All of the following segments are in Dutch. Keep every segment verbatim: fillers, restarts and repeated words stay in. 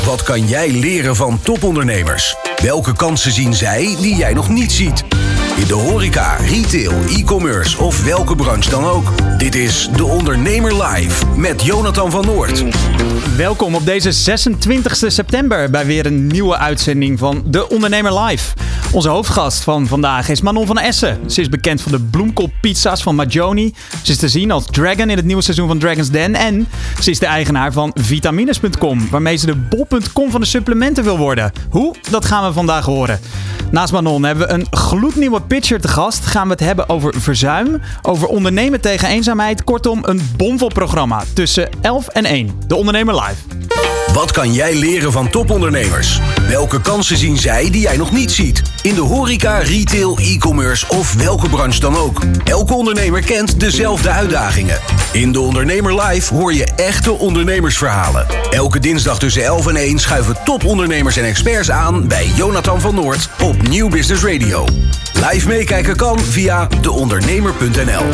Wat kan jij leren van topondernemers? Welke kansen zien zij die jij nog niet ziet? In de horeca, retail, e-commerce of welke branche dan ook. Dit is De Ondernemer Live met Jonathan van Noord. Welkom op deze zesentwintigste september bij weer een nieuwe uitzending van De Ondernemer Live. Onze hoofdgast van vandaag is Manon van Essen. Ze is bekend van de bloemkoolpizza's van Maggioni. Ze is te zien als Dragon in het nieuwe seizoen van Dragon's Den. En ze is de eigenaar van vitamines punt com, waarmee ze de bol punt com van de supplementen wil worden. Hoe? Dat gaan we vandaag horen. Naast Manon hebben we een gloednieuwe pitcher te gast. Gaan we het hebben over verzuim, over ondernemen tegen eenzaamheid. Kortom, een bomvol programma tussen elf en één. De Ondernemer Live. Wat kan jij leren van topondernemers? Welke kansen zien zij die jij nog niet ziet? In de horeca, retail, e-commerce of welke branche dan ook. Elke ondernemer kent dezelfde uitdagingen. In De Ondernemer Live hoor je echte ondernemersverhalen. Elke dinsdag tussen elf en één schuiven topondernemers en experts aan bij Jonathan van Noord op Nieuw Business Radio. Live meekijken kan via de ondernemer punt n l.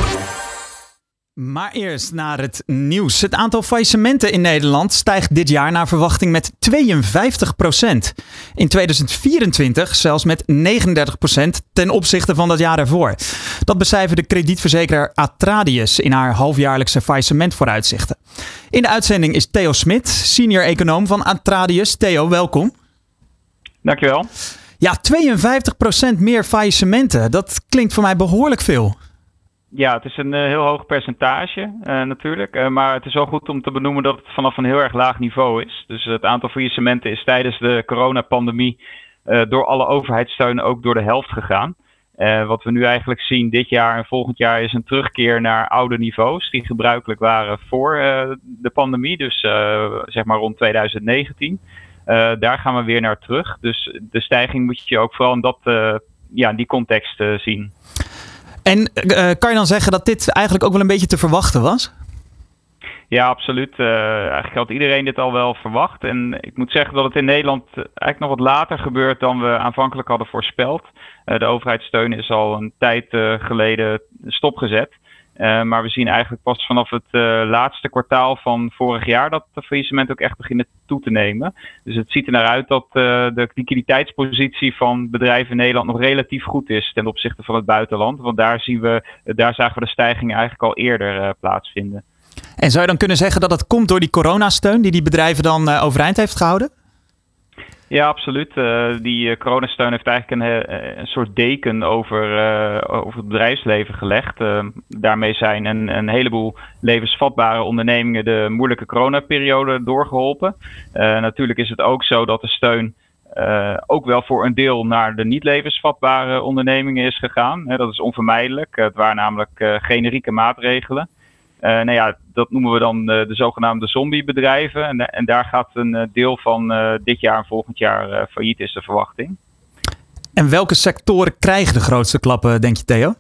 Maar eerst naar het nieuws. Het aantal faillissementen in Nederland stijgt dit jaar naar verwachting met tweeënvijftig procent. In tweeduizend vierentwintig zelfs met negenendertig procent ten opzichte van dat jaar ervoor. Dat becijfert de kredietverzekeraar Atradius in haar halfjaarlijkse faillissementvooruitzichten. In de uitzending is Theo Smit, senior econoom van Atradius. Theo, welkom. Dankjewel. Ja, tweeënvijftig procent meer faillissementen. Dat klinkt voor mij behoorlijk veel. Ja, het is een uh, heel hoog percentage uh, natuurlijk. Uh, maar het is wel goed om te benoemen dat het vanaf een heel erg laag niveau is. Dus het aantal faillissementen is tijdens de coronapandemie uh, door alle overheidssteunen ook door de helft gegaan. Uh, wat we nu eigenlijk zien dit jaar en volgend jaar is een terugkeer naar oude niveaus die gebruikelijk waren voor uh, de pandemie. Dus uh, zeg maar rond tweeduizend negentien. Uh, daar gaan we weer naar terug. Dus de stijging moet je ook vooral in dat, uh, ja, die context uh, zien. En uh, kan je dan zeggen dat dit eigenlijk ook wel een beetje te verwachten was? Ja, absoluut. Uh, eigenlijk had iedereen dit al wel verwacht. En ik moet zeggen dat het in Nederland eigenlijk nog wat later gebeurt dan we aanvankelijk hadden voorspeld. Uh, de overheidssteun is al een tijd uh, geleden stopgezet. Uh, maar we zien eigenlijk pas vanaf het uh, laatste kwartaal van vorig jaar dat de faillissementen ook echt beginnen toe te nemen. Dus het ziet er naar uit dat uh, de liquiditeitspositie van bedrijven in Nederland nog relatief goed is ten opzichte van het buitenland. Want daar, zien we, daar zagen we de stijging eigenlijk al eerder uh, plaatsvinden. En zou je dan kunnen zeggen dat het komt door die coronasteun die die bedrijven dan uh, overeind heeft gehouden? Ja, absoluut. Uh, die uh, coronasteun heeft eigenlijk een, uh, een soort deken over, uh, over het bedrijfsleven gelegd. Uh, daarmee zijn een, een heleboel levensvatbare ondernemingen de moeilijke coronaperiode doorgeholpen. Uh, natuurlijk is het ook zo dat de steun uh, ook wel voor een deel naar de niet levensvatbare ondernemingen is gegaan. Uh, dat is onvermijdelijk. Uh, het waren namelijk uh, generieke maatregelen. Uh, nou ja, dat noemen we dan uh, de zogenaamde zombiebedrijven. En, en daar gaat een uh, deel van uh, dit jaar en volgend jaar uh, failliet, is de verwachting. En welke sectoren krijgen de grootste klappen, denk je, Theo?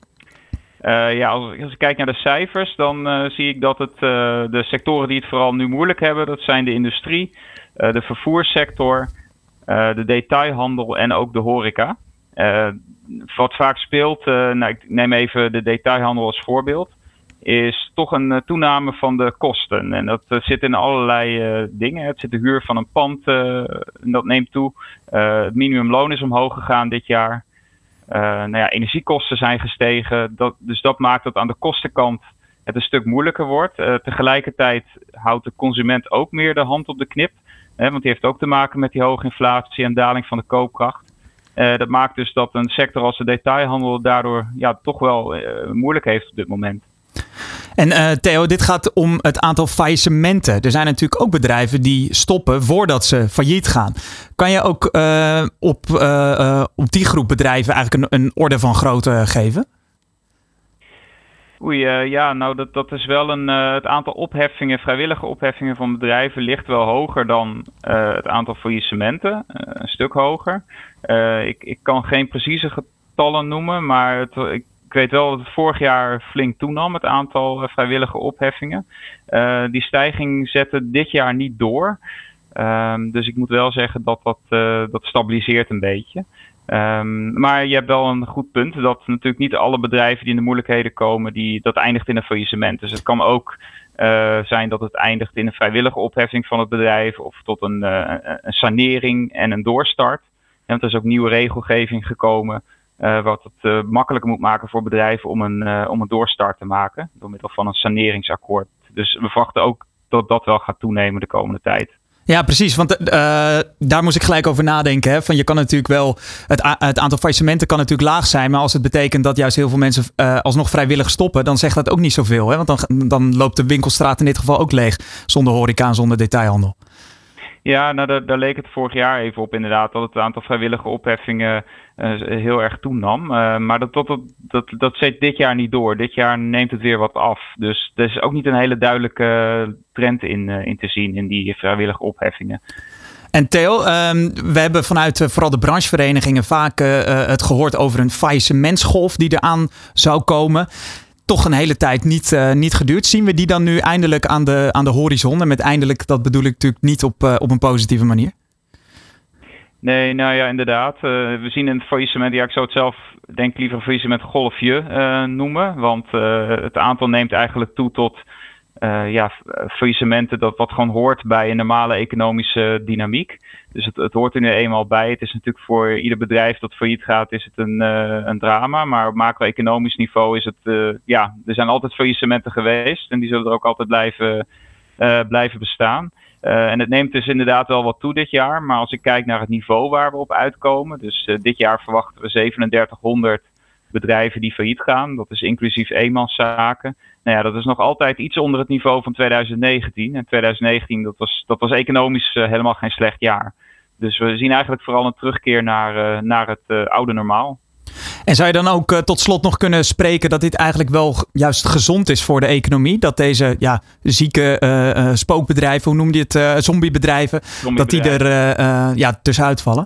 Uh, ja, als, als ik kijk naar de cijfers, dan uh, zie ik dat het, uh, de sectoren die het vooral nu moeilijk hebben, dat zijn de industrie, uh, de vervoerssector, uh, de detailhandel en ook de horeca. Uh, wat vaak speelt, uh, nou, ik neem even de detailhandel als voorbeeld, is toch een uh, toename van de kosten. En dat uh, zit in allerlei uh, dingen. Het zit de huur van een pand, uh, en dat neemt toe. Uh, het minimumloon is omhoog gegaan dit jaar. Uh, nou ja, energiekosten zijn gestegen. Dat, dus dat maakt dat aan de kostenkant het een stuk moeilijker wordt. Uh, tegelijkertijd houdt de consument ook meer de hand op de knip. Hè, want die heeft ook te maken met die hoge inflatie en daling van de koopkracht. Uh, dat maakt dus dat een sector als de detailhandel daardoor ja, toch wel uh, moeilijk heeft op dit moment. En uh, Theo, dit gaat om het aantal faillissementen. Er zijn natuurlijk ook bedrijven die stoppen voordat ze failliet gaan. Kan je ook uh, op, uh, uh, op die groep bedrijven eigenlijk een, een orde van grootte geven? Oei, uh, ja, nou dat, dat is wel een, uh, het aantal opheffingen, vrijwillige opheffingen van bedrijven ligt wel hoger dan uh, het aantal faillissementen. Uh, een stuk hoger. Uh, ik, ik kan geen precieze getallen noemen, maar het, ik Ik weet wel dat het vorig jaar flink toenam, het aantal uh, vrijwillige opheffingen. Uh, die stijging zette dit jaar niet door. Um, dus ik moet wel zeggen dat dat, uh, dat stabiliseert een beetje. Um, maar je hebt wel een goed punt dat natuurlijk niet alle bedrijven die in de moeilijkheden komen, die, dat eindigt in een faillissement. Dus het kan ook uh, zijn dat het eindigt in een vrijwillige opheffing van het bedrijf of tot een, uh, een sanering en een doorstart. En er is ook nieuwe regelgeving gekomen uh, wat het uh, makkelijker moet maken voor bedrijven om een, uh, om een doorstart te maken door middel van een saneringsakkoord. Dus we verwachten ook dat dat wel gaat toenemen de komende tijd. Ja, precies. Want uh, daar moest ik gelijk over nadenken. Hè? Van je kan natuurlijk wel, het, a- het aantal faillissementen kan natuurlijk laag zijn. Maar als het betekent dat juist heel veel mensen uh, alsnog vrijwillig stoppen, dan zegt dat ook niet zoveel. Hè? Want dan, dan loopt de winkelstraat in dit geval ook leeg. Zonder horeca en zonder detailhandel. Ja, nou daar, daar leek het vorig jaar even op inderdaad. Dat het aantal vrijwillige opheffingen uh, heel erg toenam. Uh, maar dat, dat, dat, dat, dat zet dit jaar niet door. Dit jaar neemt het weer wat af. Dus er is ook niet een hele duidelijke trend in, uh, in te zien in die vrijwillige opheffingen. En Theo, um, we hebben vanuit uh, vooral de brancheverenigingen vaak uh, het gehoord over een faillissementsgolf die eraan zou komen. Toch een hele tijd niet, uh, niet geduurd. Zien we die dan nu eindelijk aan de, aan de horizon? En met eindelijk, dat bedoel ik natuurlijk niet op, uh, op een positieve manier. Nee, nou ja, inderdaad. Uh, we zien een faillissement, ja, ik zou het zelf denk liever een faillissementgolfje uh, noemen. Want uh, het aantal neemt eigenlijk toe tot uh, ja, faillissementen dat wat gewoon hoort bij een normale economische dynamiek. Dus het, het hoort er nu eenmaal bij. Het is natuurlijk voor ieder bedrijf dat failliet gaat, is het een, uh, een drama. Maar op macro-economisch niveau is het, uh, ja, er zijn altijd faillissementen geweest. En die zullen er ook altijd blijven, uh, blijven bestaan. Uh, en het neemt dus inderdaad wel wat toe dit jaar. Maar als ik kijk naar het niveau waar we op uitkomen. Dus uh, dit jaar verwachten we zevenendertighonderd bedrijven die failliet gaan. Dat is inclusief eenmanszaken. Nou ja, dat is nog altijd iets onder het niveau van twintig negentien. En twintig negentien, dat was, dat was economisch uh, helemaal geen slecht jaar. Dus we zien eigenlijk vooral een terugkeer naar, uh, naar het uh, oude normaal. En zou je dan ook uh, tot slot nog kunnen spreken dat dit eigenlijk wel juist gezond is voor de economie? Dat deze ja, zieke uh, uh, spookbedrijven, hoe noem je het, uh, zombiebedrijven, dat die er uh, uh, ja, tussenuit vallen?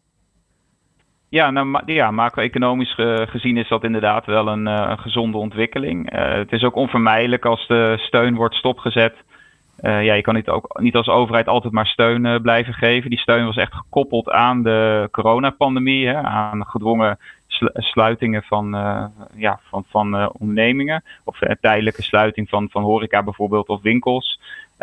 Ja, nou, ja, macro-economisch uh, gezien is dat inderdaad wel een, uh, een gezonde ontwikkeling. Uh, het is ook onvermijdelijk als de steun wordt stopgezet. Uh, ja, je kan niet, ook, niet als overheid altijd maar steun uh, blijven geven. Die steun was echt gekoppeld aan de coronapandemie, hè, aan gedwongen sl- sluitingen van, uh, ja, van, van uh, ondernemingen. Of uh, tijdelijke sluiting van, van horeca bijvoorbeeld of winkels.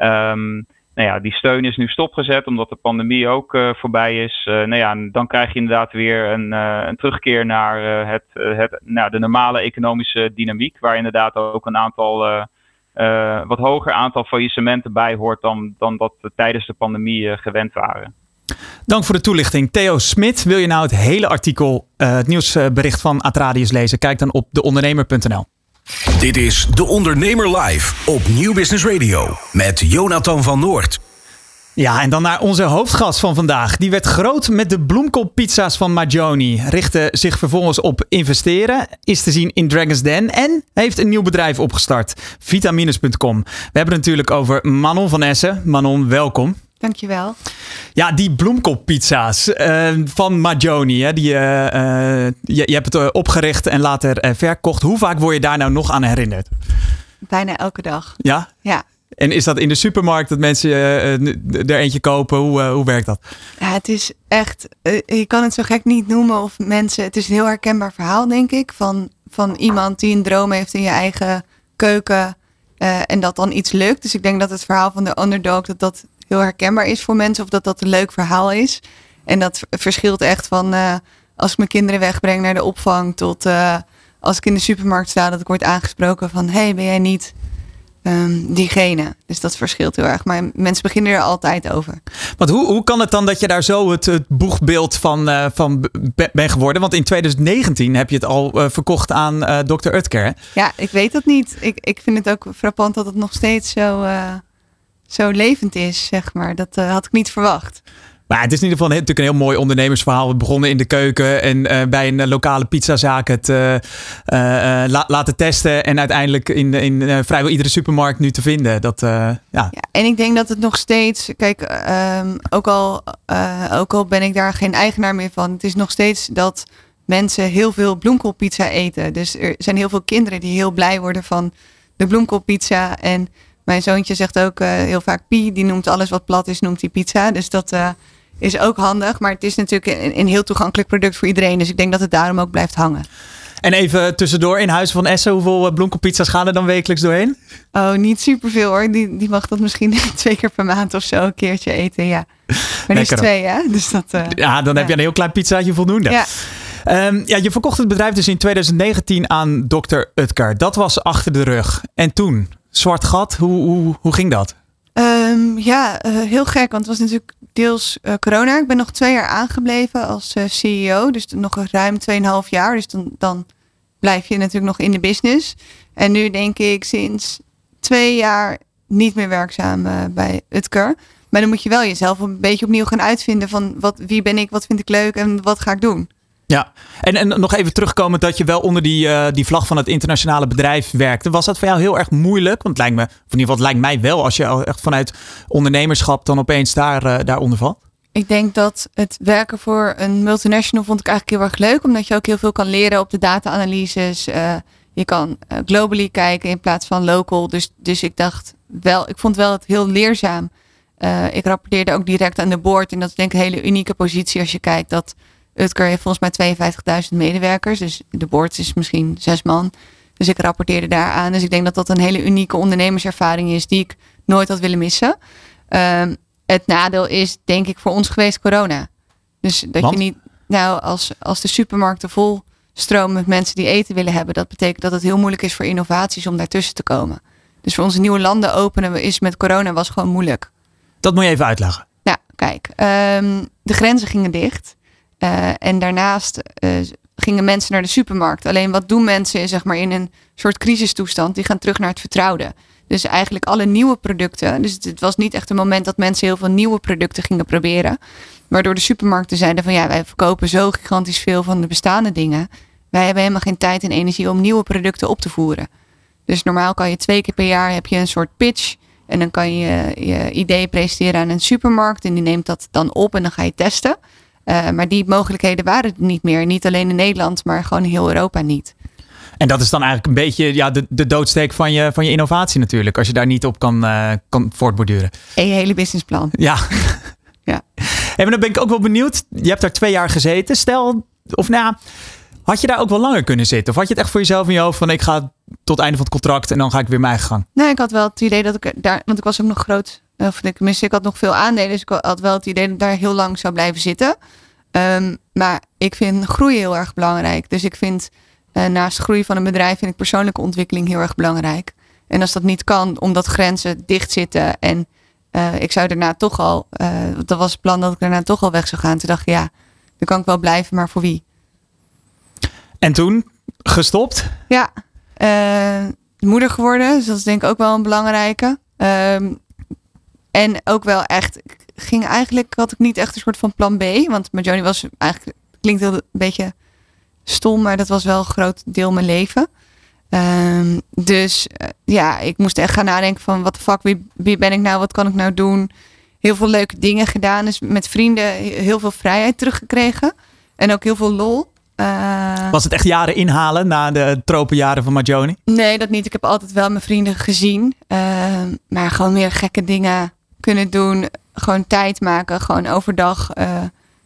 Um, Nou ja, die steun is nu stopgezet omdat de pandemie ook uh, voorbij is. Uh, nou ja, dan krijg je inderdaad weer een, uh, een terugkeer naar uh, het, uh, het, nou, de normale economische dynamiek. Waar inderdaad ook een aantal, uh, uh, wat hoger aantal faillissementen bij hoort dan, dan dat we tijdens de pandemie uh, gewend waren. Dank voor de toelichting. Theo Smit, wil je nou het hele artikel, uh, het nieuwsbericht van Atradius lezen? Kijk dan op de ondernemer punt n l. Dit is De Ondernemer Live op Nieuw Business Radio met Jonathan van Noord. Ja, en dan naar onze hoofdgast van vandaag. Die werd groot met de bloemkoolpizza's van Magioni. Richtte zich vervolgens op investeren. Is te zien in Dragon's Den. En heeft een nieuw bedrijf opgestart. Vitamines punt com. We hebben het natuurlijk over Manon van Essen. Manon, welkom. Dankjewel. Ja, die bloemkoolpizza's uh, van Magioni. Hè, die, uh, uh, je, je hebt het uh, opgericht en later uh, verkocht. Hoe vaak word je daar nou nog aan herinnerd? Bijna elke dag. Ja? Ja. En is dat in de supermarkt dat mensen uh, er eentje kopen? Hoe, uh, hoe werkt dat? Ja, het is echt, uh, je kan het zo gek niet noemen of mensen, het is een heel herkenbaar verhaal denk ik. Van, van iemand die een droom heeft in je eigen keuken uh, en dat dan iets lukt. Dus ik denk dat het verhaal van de underdog, dat dat heel herkenbaar is voor mensen. Of dat dat een leuk verhaal is. En dat verschilt echt van uh, als ik mijn kinderen wegbreng naar de opvang tot uh, als ik in de supermarkt sta dat ik word aangesproken van hey, ben jij niet Um, diegene. Dus dat verschilt heel erg. Maar mensen beginnen er altijd over. Want hoe, hoe kan het dan dat je daar zo het, het boegbeeld van, uh, van bent geworden? Want in twintig negentien heb je het al uh, verkocht aan uh, dokter Oetker. Hè? Ja, ik weet dat niet. Ik, ik vind het ook frappant dat het nog steeds zo, uh, zo levend is, zeg maar. Dat uh, had ik niet verwacht. Maar het is in ieder geval een, natuurlijk een heel mooi ondernemersverhaal. We begonnen in de keuken en uh, bij een uh, lokale pizzazaak het uh, uh, la- laten testen. En uiteindelijk in, in uh, vrijwel iedere supermarkt nu te vinden. Dat, uh, ja. Ja, en ik denk dat het nog steeds, kijk, um, ook, al, uh, ook al ben ik daar geen eigenaar meer van. Het is nog steeds dat mensen heel veel bloemkoolpizza eten. Dus er zijn heel veel kinderen die heel blij worden van de bloemkoolpizza. En mijn zoontje zegt ook uh, heel vaak Pie, die noemt alles wat plat is, noemt hij pizza. Dus dat uh, is ook handig. Maar het is natuurlijk een, een heel toegankelijk product voor iedereen. Dus ik denk dat het daarom ook blijft hangen. En even tussendoor, in Huis van Essen, hoeveel uh, bloemkoolpizza's gaan er dan wekelijks doorheen? Oh, niet superveel hoor. Die, die mag dat misschien twee keer per maand of zo een keertje eten, ja. Maar die is twee, hè? Dus dat, uh, ja, dan ja. heb je een heel klein pizzaatje voldoende. Ja. Um, ja, je verkocht het bedrijf dus in twintig negentien aan dokter Utker. Dat was achter de rug. En toen, zwart gat, hoe, hoe, hoe ging dat? Um, ja, uh, heel gek, want het was natuurlijk deels uh, corona. Ik ben nog twee jaar aangebleven als uh, C E O, dus nog ruim tweeënhalf jaar. Dus dan, dan blijf je natuurlijk nog in de business. En nu denk ik sinds twee jaar niet meer werkzaam uh, bij Utker. Maar dan moet je wel jezelf een beetje opnieuw gaan uitvinden van wat, wie ben ik, wat vind ik leuk en wat ga ik doen. Ja, en, en nog even terugkomen dat je wel onder die, uh, die vlag van het internationale bedrijf werkte. Was dat voor jou heel erg moeilijk? Want het lijkt me, of in ieder geval het lijkt mij wel, als je echt vanuit ondernemerschap dan opeens daar, uh, daaronder valt. Ik denk dat het werken voor een multinational vond ik eigenlijk heel erg leuk. Omdat je ook heel veel kan leren op de data-analyses. Uh, je kan uh, globally kijken in plaats van local. Dus, dus ik dacht wel, ik vond wel het heel leerzaam. Uh, ik rapporteerde ook direct aan de board. En dat is denk ik een hele unieke positie als je kijkt dat Utker heeft volgens mij tweeënvijftigduizend medewerkers. Dus de board is misschien zes man. Dus ik rapporteerde daar aan. Dus ik denk dat dat een hele unieke ondernemerservaring is die ik nooit had willen missen. Um, het nadeel is denk ik voor ons geweest corona. Dus dat Want? je niet, nou als, als de supermarkten vol stromen met mensen die eten willen hebben. Dat betekent dat het heel moeilijk is voor innovaties om daartussen te komen. Dus voor onze nieuwe landen openen is met corona was gewoon moeilijk. Dat moet je even uitleggen. Nou, kijk. Um, de grenzen gingen dicht. Uh, en daarnaast uh, gingen mensen naar de supermarkt. Alleen wat doen mensen zeg maar, in een soort crisistoestand? Die gaan terug naar het vertrouwde. Dus eigenlijk alle nieuwe producten. Dus het, het was niet echt een moment dat mensen heel veel nieuwe producten gingen proberen. Waardoor de supermarkten zeiden van ja, wij verkopen zo gigantisch veel van de bestaande dingen. Wij hebben helemaal geen tijd en energie om nieuwe producten op te voeren. Dus normaal kan je twee keer per jaar heb je een soort pitch. En dan kan je je idee presenteren aan een supermarkt. En die neemt dat dan op en dan ga je testen. Uh, maar die mogelijkheden waren er niet meer. Niet alleen in Nederland, maar gewoon in heel Europa niet. En dat is dan eigenlijk een beetje ja, de, de doodsteek van je, van je innovatie natuurlijk. Als je daar niet op kan, uh, kan voortborduren. En je hele businessplan. Ja. ja. Hey, maar dan ben ik ook wel benieuwd. Je hebt daar twee jaar gezeten. Stel, of nou, had je daar ook wel langer kunnen zitten? Of had je het echt voor jezelf in je hoofd van ik ga tot het einde van het contract en dan ga ik weer mijn eigen gang? Nee, ik had wel het idee dat ik daar, want ik was ook nog groot. Of ik, ik had nog veel aandelen, dus ik had wel het idee dat ik daar heel lang zou blijven zitten. Um, maar ik vind groei heel erg belangrijk. Dus ik vind uh, naast groei van een bedrijf vind ik persoonlijke ontwikkeling heel erg belangrijk. En als dat niet kan, omdat grenzen dicht zitten en uh, ik zou daarna toch al, uh, dat was het plan dat ik daarna toch al weg zou gaan. Toen dacht ik ja, dan kan ik wel blijven, maar voor wie? En toen gestopt? Ja, uh, moeder geworden, dus dat is denk ik ook wel een belangrijke. Um, en ook wel echt, ging eigenlijk, had ik niet echt een soort van plan B. Want Majoni was eigenlijk, klinkt heel een beetje stom, maar dat was wel een groot deel mijn leven. Um, dus uh, ja, ik moest echt gaan nadenken van wat de fuck, wie, wie ben ik nou, wat kan ik nou doen? Heel veel leuke dingen gedaan, dus met vrienden heel veel vrijheid teruggekregen. En ook heel veel lol. Uh, Was het echt jaren inhalen na de tropenjaren van Majoni? Nee, dat niet. Ik heb altijd wel mijn vrienden gezien. Uh, maar gewoon meer gekke dingen kunnen doen. Gewoon tijd maken. Gewoon overdag. Uh,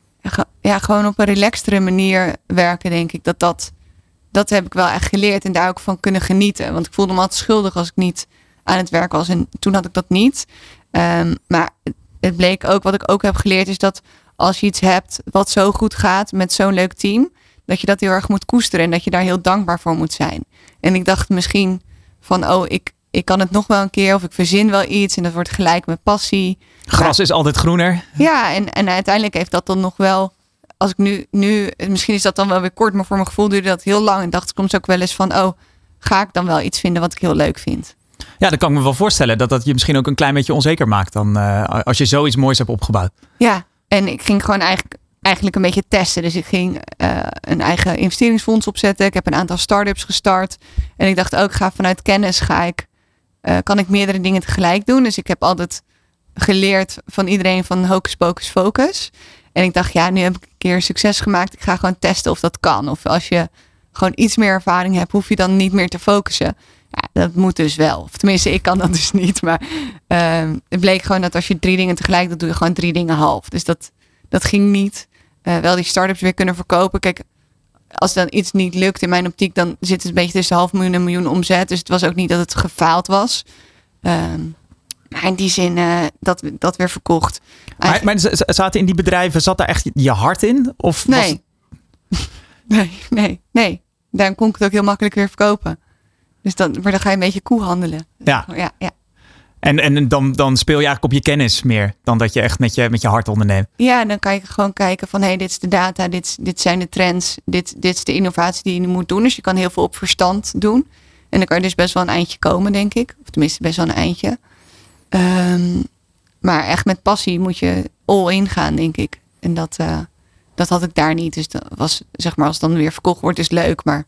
ja, gewoon op een relaxtere manier werken, denk ik. Dat, dat, dat heb ik wel echt geleerd. En daar ook van kunnen genieten. Want ik voelde me altijd schuldig als ik niet aan het werk was. En toen had ik dat niet. Um, maar het bleek ook, wat ik ook heb geleerd, is dat als je iets hebt wat zo goed gaat met zo'n leuk team, dat je dat heel erg moet koesteren en dat je daar heel dankbaar voor moet zijn. En ik dacht misschien van, oh, ik, ik kan het nog wel een keer of ik verzin wel iets en dat wordt gelijk mijn passie. Gras maar, is altijd groener. Ja, en, en uiteindelijk heeft dat dan nog wel, als ik nu, nu, misschien is dat dan wel weer kort, maar voor mijn gevoel duurde dat heel lang. En dacht ik soms ook wel eens van, oh, ga ik dan wel iets vinden wat ik heel leuk vind? Ja, dan kan ik me wel voorstellen dat dat je misschien ook een klein beetje onzeker maakt dan uh, als je zoiets moois hebt opgebouwd. Ja, en ik ging gewoon eigenlijk, eigenlijk een beetje testen. Dus ik ging uh, een eigen investeringsfonds opzetten. Ik heb een aantal start-ups gestart. En ik dacht ook, ga vanuit kennis ga ik, uh, kan ik meerdere dingen tegelijk doen. Dus ik heb altijd geleerd van iedereen van hocus pocus focus. En ik dacht, ja, nu heb ik een keer succes gemaakt. Ik ga gewoon testen of dat kan. Of als je gewoon iets meer ervaring hebt, hoef je dan niet meer te focussen. Ja, dat moet dus wel. Of tenminste, ik kan dat dus niet. Maar uh, het bleek gewoon dat als je drie dingen tegelijk doet, doe je gewoon drie dingen half. Dus dat, dat ging niet. Uh, wel die start-ups weer kunnen verkopen. Kijk, als dan iets niet lukt in mijn optiek, dan zit het een beetje tussen half miljoen en een miljoen omzet. Dus het was ook niet dat het gefaald was. Um, maar in die zin, uh, dat, dat weer verkocht. Maar, maar zaten in die bedrijven, zat daar echt je hart in? Of nee. Was... nee, nee, nee. Daarom kon ik het ook heel makkelijk weer verkopen. Dus dan, maar dan ga je een beetje koe handelen. Ja. ja, ja. En, en dan, dan speel je eigenlijk op je kennis meer dan dat je echt met je, met je hart onderneemt. Ja, dan kan je gewoon kijken van hé, hey, dit is de data, dit, dit zijn de trends, dit, dit is de innovatie die je moet doen. Dus je kan heel veel op verstand doen. En dan kan je dus best wel een eindje komen, denk ik. Of tenminste best wel een eindje. Um, maar echt met passie moet je all in gaan, denk ik. En dat, uh, dat had ik daar niet. Dus dat was, zeg maar, als het dan weer verkocht wordt, is leuk. Maar,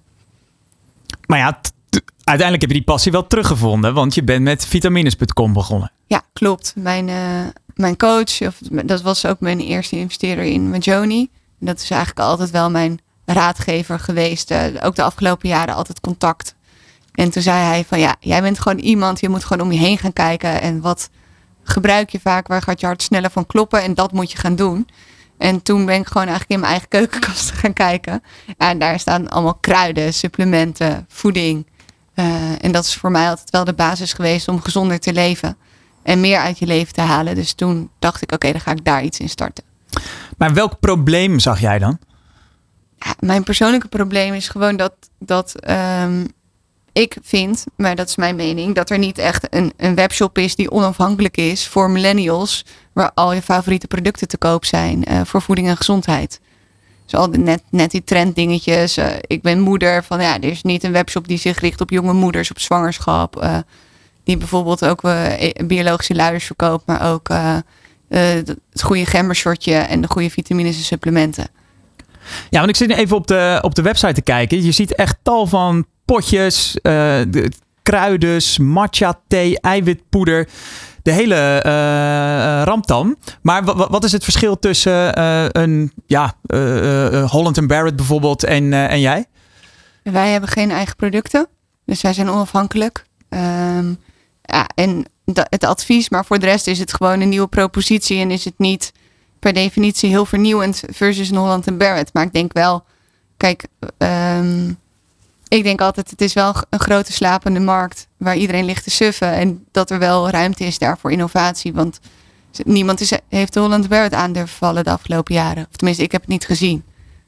maar ja, t- t- uiteindelijk heb je die passie wel teruggevonden. Want je bent met vitamines punt com begonnen. Ja, klopt. Mijn, uh, mijn coach, of, dat was ook mijn eerste investeerder in Majoni. En dat is eigenlijk altijd wel mijn raadgever geweest. Uh, ook de afgelopen jaren altijd contact. En toen zei hij van ja, jij bent gewoon iemand, je moet gewoon om je heen gaan kijken. En wat gebruik je vaak, waar gaat je hart sneller van kloppen? En dat moet je gaan doen. En toen ben ik gewoon eigenlijk in mijn eigen keukenkast gaan kijken. En daar staan allemaal kruiden, supplementen, voeding. Uh, en dat is voor mij altijd wel de basis geweest om gezonder te leven. En meer uit je leven te halen. Dus toen dacht ik, oké, okay, dan ga ik daar iets in starten. Maar welk probleem zag jij dan? Ja, mijn persoonlijke probleem is gewoon dat... dat um, ik vind, maar dat is mijn mening, dat er niet echt een, een webshop is die onafhankelijk is voor millennials, waar al je favoriete producten te koop zijn uh, voor voeding en gezondheid. Dus al net, net die trenddingetjes. Uh, ik ben moeder van ja, er is niet een webshop die zich richt op jonge moeders, op zwangerschap. Uh, die bijvoorbeeld ook uh, biologische luiers verkoopt, maar ook uh, uh, het goede gembershortje en de goede vitamines en supplementen. Ja, want ik zit nu even op de, op de website te kijken. Je ziet echt tal van potjes, uh, de, kruidens, matcha thee, eiwitpoeder. De hele uh, ramtam. Maar w- wat is het verschil tussen uh, een ja, uh, uh, Holland en Barrett bijvoorbeeld en, uh, en jij? Wij hebben geen eigen producten. Dus wij zijn onafhankelijk. Um, ja, en d- het advies, maar voor de rest is het gewoon een nieuwe propositie. En is het niet per definitie heel vernieuwend versus een Holland en Barrett. Maar ik denk wel, kijk... Um, Ik denk altijd, het is wel een grote slapende markt waar iedereen ligt te suffen. En dat er wel ruimte is daar voor innovatie. Want niemand is, heeft de Holland Barrett aan durven vallen de afgelopen jaren. Of tenminste, ik heb het niet gezien.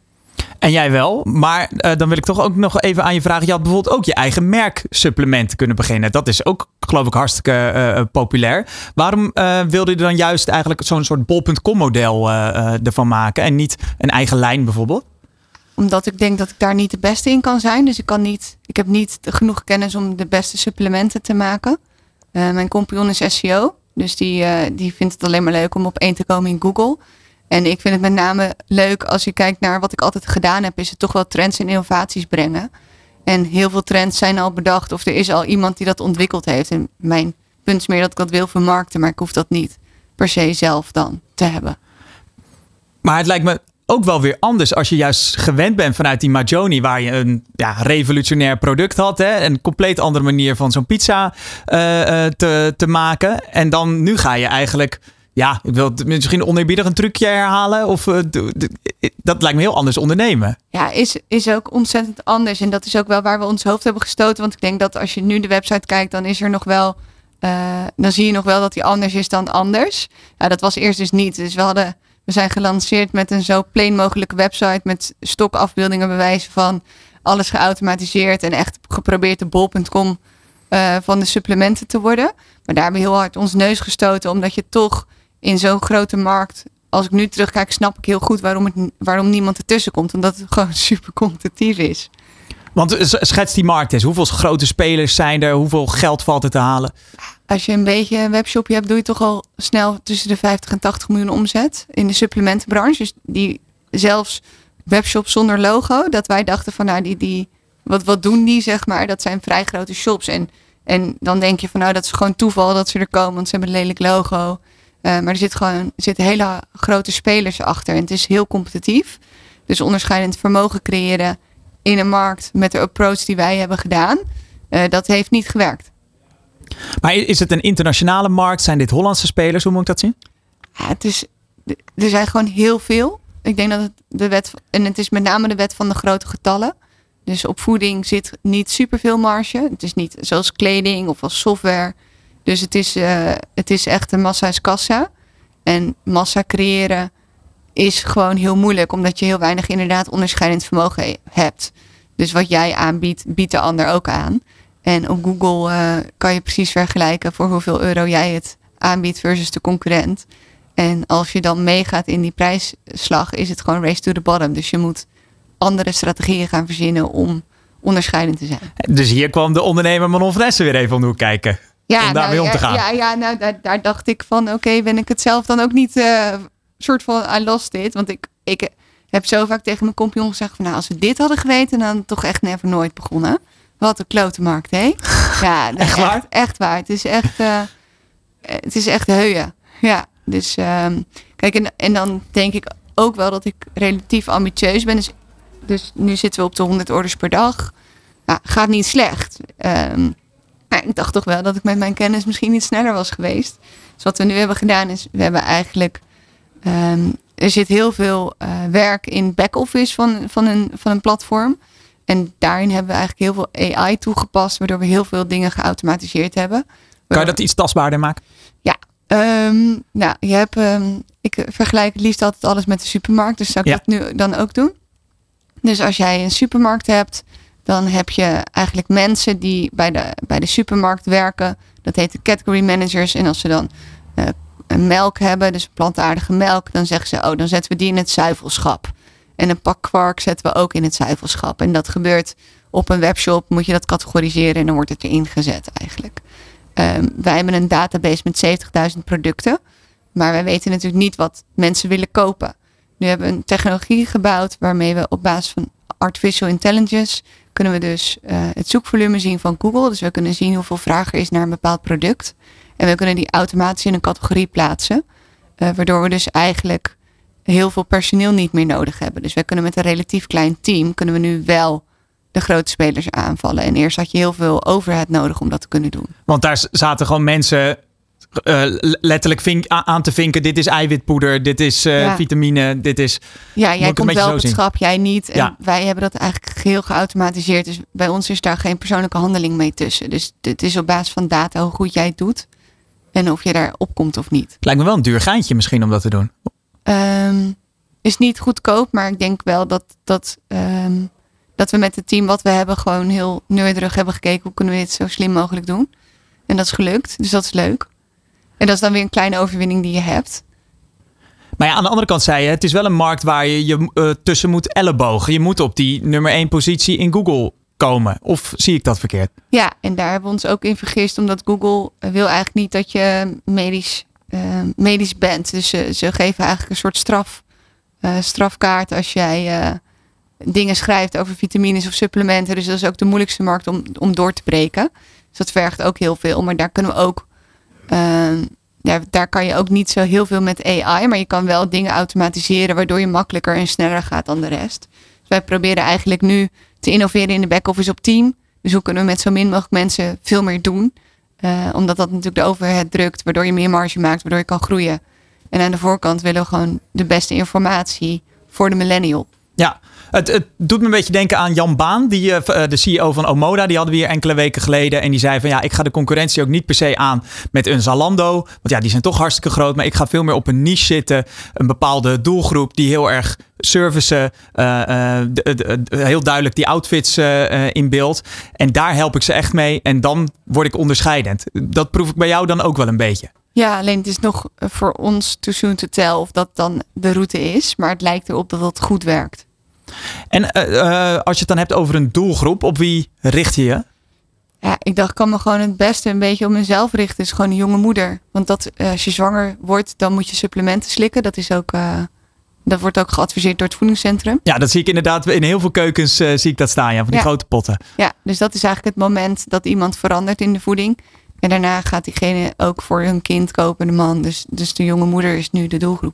En jij wel. Maar uh, dan wil ik toch ook nog even aan je vragen. Je had bijvoorbeeld ook je eigen merksupplementen kunnen beginnen. Dat is ook, geloof ik, hartstikke uh, populair. Waarom uh, wilde je dan juist eigenlijk zo'n soort bol punt com model uh, uh, ervan maken? En niet een eigen lijn bijvoorbeeld? Omdat ik denk dat ik daar niet de beste in kan zijn. Dus ik kan niet, ik heb niet genoeg kennis om de beste supplementen te maken. Uh, mijn compagnon is S E O. Dus die, uh, die vindt het alleen maar leuk om op één te komen in Google. En ik vind het met name leuk als je kijkt naar wat ik altijd gedaan heb. Is het toch wel trends en innovaties brengen. En heel veel trends zijn al bedacht. Of er is al iemand die dat ontwikkeld heeft. En mijn punt is meer dat ik dat wil vermarkten. Maar ik hoef dat niet per se zelf dan te hebben. Maar het lijkt me ook wel weer anders als je juist gewend bent vanuit die Majoni, waar je een ja, revolutionair product had. Hè? Een compleet andere manier van zo'n pizza uh, uh, te, te maken. En dan nu ga je eigenlijk, ja, ik wil misschien oneerbiedig een trucje herhalen. Of uh, d- d- dat lijkt me heel anders ondernemen. Ja, is, is ook ontzettend anders. En dat is ook wel waar we ons hoofd hebben gestoten. Want ik denk dat als je nu de website kijkt, dan is er nog wel, uh, dan zie je nog wel dat die anders is dan anders. Ja, dat was eerst dus niet. Dus we hadden... We zijn gelanceerd met een zo plain mogelijke website met stokafbeeldingen, bewijzen van alles geautomatiseerd en echt geprobeerd de bol punt com uh, van de supplementen te worden. Maar daar hebben we heel hard ons neus gestoten, omdat je toch in zo'n grote markt, als ik nu terugkijk, snap ik heel goed waarom, het, waarom niemand ertussen komt. Omdat het gewoon super competitief is. Want schets die markt eens. Hoeveel grote spelers zijn er? Hoeveel geld valt er te halen? Als je een beetje een webshopje hebt, doe je toch al snel tussen de vijftig en tachtig miljoen omzet in de supplementenbranche. Dus die zelfs webshops zonder logo, dat wij dachten van nou, die, die, wat, wat doen die, zeg maar? Dat zijn vrij grote shops. En, en dan denk je van nou, dat is gewoon toeval dat ze er komen, want ze hebben een lelijk logo. Uh, maar er zit gewoon er zitten hele grote spelers achter. En het is heel competitief. Dus onderscheidend vermogen creëren in een markt met de approach die wij hebben gedaan, uh, dat heeft niet gewerkt. Maar is het een internationale markt? Zijn dit Hollandse spelers? Hoe moet ik dat zien? Ja, het is, er zijn gewoon heel veel. ik denk dat het de wet, en het is met name de wet van de grote getallen. Dus op voeding zit niet superveel marge. Het is niet zoals kleding of als software. Dus het is, uh, het is echt een massa is kassa. En massa creëren is gewoon heel moeilijk, omdat je heel weinig inderdaad onderscheidend vermogen hebt. Dus wat jij aanbiedt, biedt de ander ook aan. En op Google uh, kan je precies vergelijken voor hoeveel euro jij het aanbiedt versus de concurrent. En als je dan meegaat in die prijsslag, is het gewoon race to the bottom. Dus je moet andere strategieën gaan verzinnen om onderscheidend te zijn. Dus hier kwam de ondernemer Manon van Essen weer even om de hoek kijken. Ja, om daarmee nou, om te gaan. Ja, ja nou, daar, daar dacht ik van, oké, okay, ben ik het zelf dan ook niet uh, soort van, I lost it. Want ik, ik heb zo vaak tegen mijn compagnon gezegd van, nou, als we dit hadden geweten, dan toch echt never nooit begonnen. Wat een klote markt, hè? Ja, echt waar? Echt, echt waar. Het is echt, uh, het is echt heuien. Ja, dus um, kijk, en, en dan denk ik ook wel dat ik relatief ambitieus ben. Dus, dus nu zitten we op de honderd orders per dag. Nou, gaat niet slecht. Um, maar ik dacht toch wel dat ik met mijn kennis misschien iets sneller was geweest. Dus wat we nu hebben gedaan is, we hebben eigenlijk... Um, er zit heel veel uh, werk in back-office van, van, een, van een platform. En daarin hebben we eigenlijk heel veel A I toegepast, waardoor we heel veel dingen geautomatiseerd hebben. Kan je dat iets tastbaarder maken? Ja, um, nou, je hebt, um, ik vergelijk het liefst altijd alles met de supermarkt. Dus zou ik ja. dat nu dan ook doen. Dus als jij een supermarkt hebt, dan heb je eigenlijk mensen die bij de, bij de supermarkt werken. Dat heet de category managers. En als ze dan uh, een melk hebben, dus plantaardige melk, dan zeggen ze, oh, dan zetten we die in het zuivelschap. En een pak kwark zetten we ook in het zuivelschap. En dat gebeurt op een webshop, moet je dat categoriseren en dan wordt het erin gezet eigenlijk. Um, wij hebben een database met zeventigduizend producten. Maar wij weten natuurlijk niet wat mensen willen kopen. Nu hebben we een technologie gebouwd waarmee we op basis van artificial intelligence kunnen we dus uh, het zoekvolume zien van Google. Dus we kunnen zien hoeveel vraag er is naar een bepaald product. En we kunnen die automatisch in een categorie plaatsen. Uh, waardoor we dus eigenlijk heel veel personeel niet meer nodig hebben. Dus wij kunnen met een relatief klein team kunnen we nu wel de grote spelers aanvallen. En eerst had je heel veel overhead nodig om dat te kunnen doen. Want daar zaten gewoon mensen uh, letterlijk vink, aan te vinken. Dit is eiwitpoeder, dit is uh, ja. vitamine, dit is... Ja, jij komt wel op het zien. schap, jij niet. En ja. wij hebben dat eigenlijk geheel geautomatiseerd. Dus bij ons is daar geen persoonlijke handeling mee tussen. Dus het is op basis van data hoe goed jij het doet. En of je daar opkomt of niet. Het lijkt me wel een duur geintje misschien om dat te doen. Um, is niet goedkoop, maar ik denk wel dat... dat um, dat we met het team wat we hebben gewoon heel neurderig hebben gekeken. Hoe kunnen we dit zo slim mogelijk doen? En dat is gelukt. Dus dat is leuk. En dat is dan weer een kleine overwinning die je hebt. Maar ja, aan de andere kant zei je, het is wel een markt waar je je uh, tussen moet ellebogen. Je moet op die nummer één positie in Google komen. Of zie ik dat verkeerd? Ja, en daar hebben we ons ook in vergist. Omdat Google wil eigenlijk niet dat je medisch, uh, medisch bent. Dus ze, ze geven eigenlijk een soort straf, uh, strafkaart als jij... Uh, dingen schrijft over vitamines of supplementen. Dus dat is ook de moeilijkste markt om, om door te breken. Dus dat vergt ook heel veel. Maar daar kunnen we ook... Uh, daar, daar kan je ook niet zo heel veel met A I. Maar je kan wel dingen automatiseren... waardoor je makkelijker en sneller gaat dan de rest. Dus wij proberen eigenlijk nu te innoveren in de back-office op team. Dus hoe kunnen we met zo min mogelijk mensen veel meer doen? Uh, omdat dat natuurlijk de overhead drukt. Waardoor je meer marge maakt. Waardoor je kan groeien. En aan de voorkant willen we gewoon de beste informatie voor de millennial. Ja, het, het doet me een beetje denken aan Jan Baan, die, uh, de C E O van Omoda. Die hadden we hier enkele weken geleden. En die zei van ja, ik ga de concurrentie ook niet per se aan met een Zalando. Want ja, die zijn toch hartstikke groot. Maar ik ga veel meer op een niche zitten. Een bepaalde doelgroep die heel erg servicen. Uh, uh, de, de, de, heel duidelijk die outfits uh, uh, in beeld. En daar help ik ze echt mee. En dan word ik onderscheidend. Dat proef ik bij jou dan ook wel een beetje. Ja, alleen het is nog voor ons too soon to tell of dat dan de route is. Maar het lijkt erop dat dat goed werkt. En uh, uh, als je het dan hebt over een doelgroep, op wie richt je je? Ja, ik dacht, ik kan me gewoon het beste een beetje op mezelf richten. Is gewoon een jonge moeder. Want dat, uh, als je zwanger wordt, dan moet je supplementen slikken. Dat is ook, uh, dat wordt ook geadviseerd door het voedingscentrum. Ja, dat zie ik inderdaad in heel veel keukens uh, zie ik dat staan, ja, van die ja. grote potten. Ja, dus dat is eigenlijk het moment dat iemand verandert in de voeding. En daarna gaat diegene ook voor hun kind kopen, de man. Dus, dus de jonge moeder is nu de doelgroep.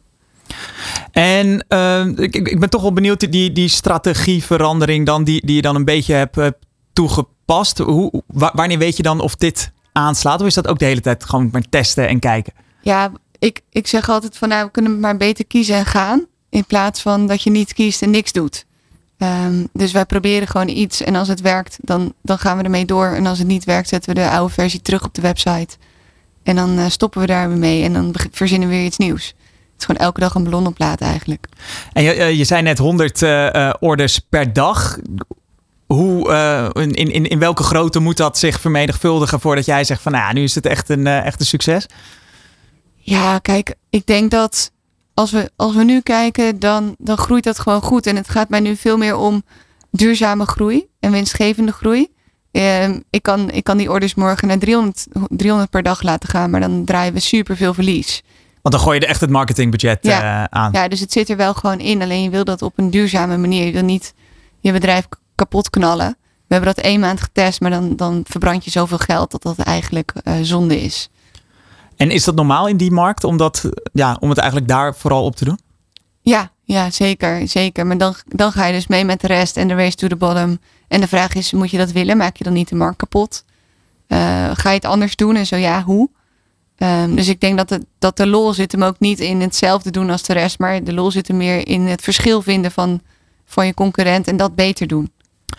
En uh, ik, ik ben toch wel benieuwd, die, die strategieverandering dan, die, die je dan een beetje hebt, hebt toegepast. Hoe, wa, wanneer weet je dan of dit aanslaat? Of is dat ook de hele tijd gewoon maar testen en kijken? Ja, ik, ik zeg altijd van nou, we kunnen maar beter kiezen en gaan. In plaats van dat je niet kiest en niks doet. Um, dus wij proberen gewoon iets. En als het werkt, dan, dan gaan we ermee door. En als het niet werkt, zetten we de oude versie terug op de website. En dan uh, stoppen we daar weer mee. En dan verzinnen we weer iets nieuws. Het is gewoon elke dag een ballon opladen eigenlijk. En je, je zei net honderd uh, uh, orders per dag. Hoe, uh, in, in, in welke grootte moet dat zich vermenigvuldigen voordat jij zegt van nou ja, nu is het echt een, uh, echt een succes? Ja, kijk, ik denk dat als we, als we nu kijken, dan, dan groeit dat gewoon goed. En het gaat mij nu veel meer om duurzame groei en winstgevende groei. Uh, ik, kan, ik kan die orders morgen naar driehonderd, driehonderd per dag laten gaan, maar dan draaien we superveel verlies. Want dan gooi je er echt het marketingbudget ja. uh, aan. Ja, dus het zit er wel gewoon in. Alleen je wil dat op een duurzame manier. Je wil niet je bedrijf kapot knallen. We hebben dat één maand getest, maar dan, dan verbrand je zoveel geld dat dat eigenlijk uh, zonde is. En is dat normaal in die markt om, dat, ja, om het eigenlijk daar vooral op te doen? Ja, ja zeker, zeker. Maar dan, dan ga je dus mee met de rest en de race to the bottom. En de vraag is, moet je dat willen? Maak je dan niet de markt kapot? Uh, ga je het anders doen? En zo ja, hoe? Um, dus ik denk dat, het, dat de lol zit hem ook niet in hetzelfde doen als de rest. Maar de lol zit hem meer in het verschil vinden van, van je concurrent en dat beter doen.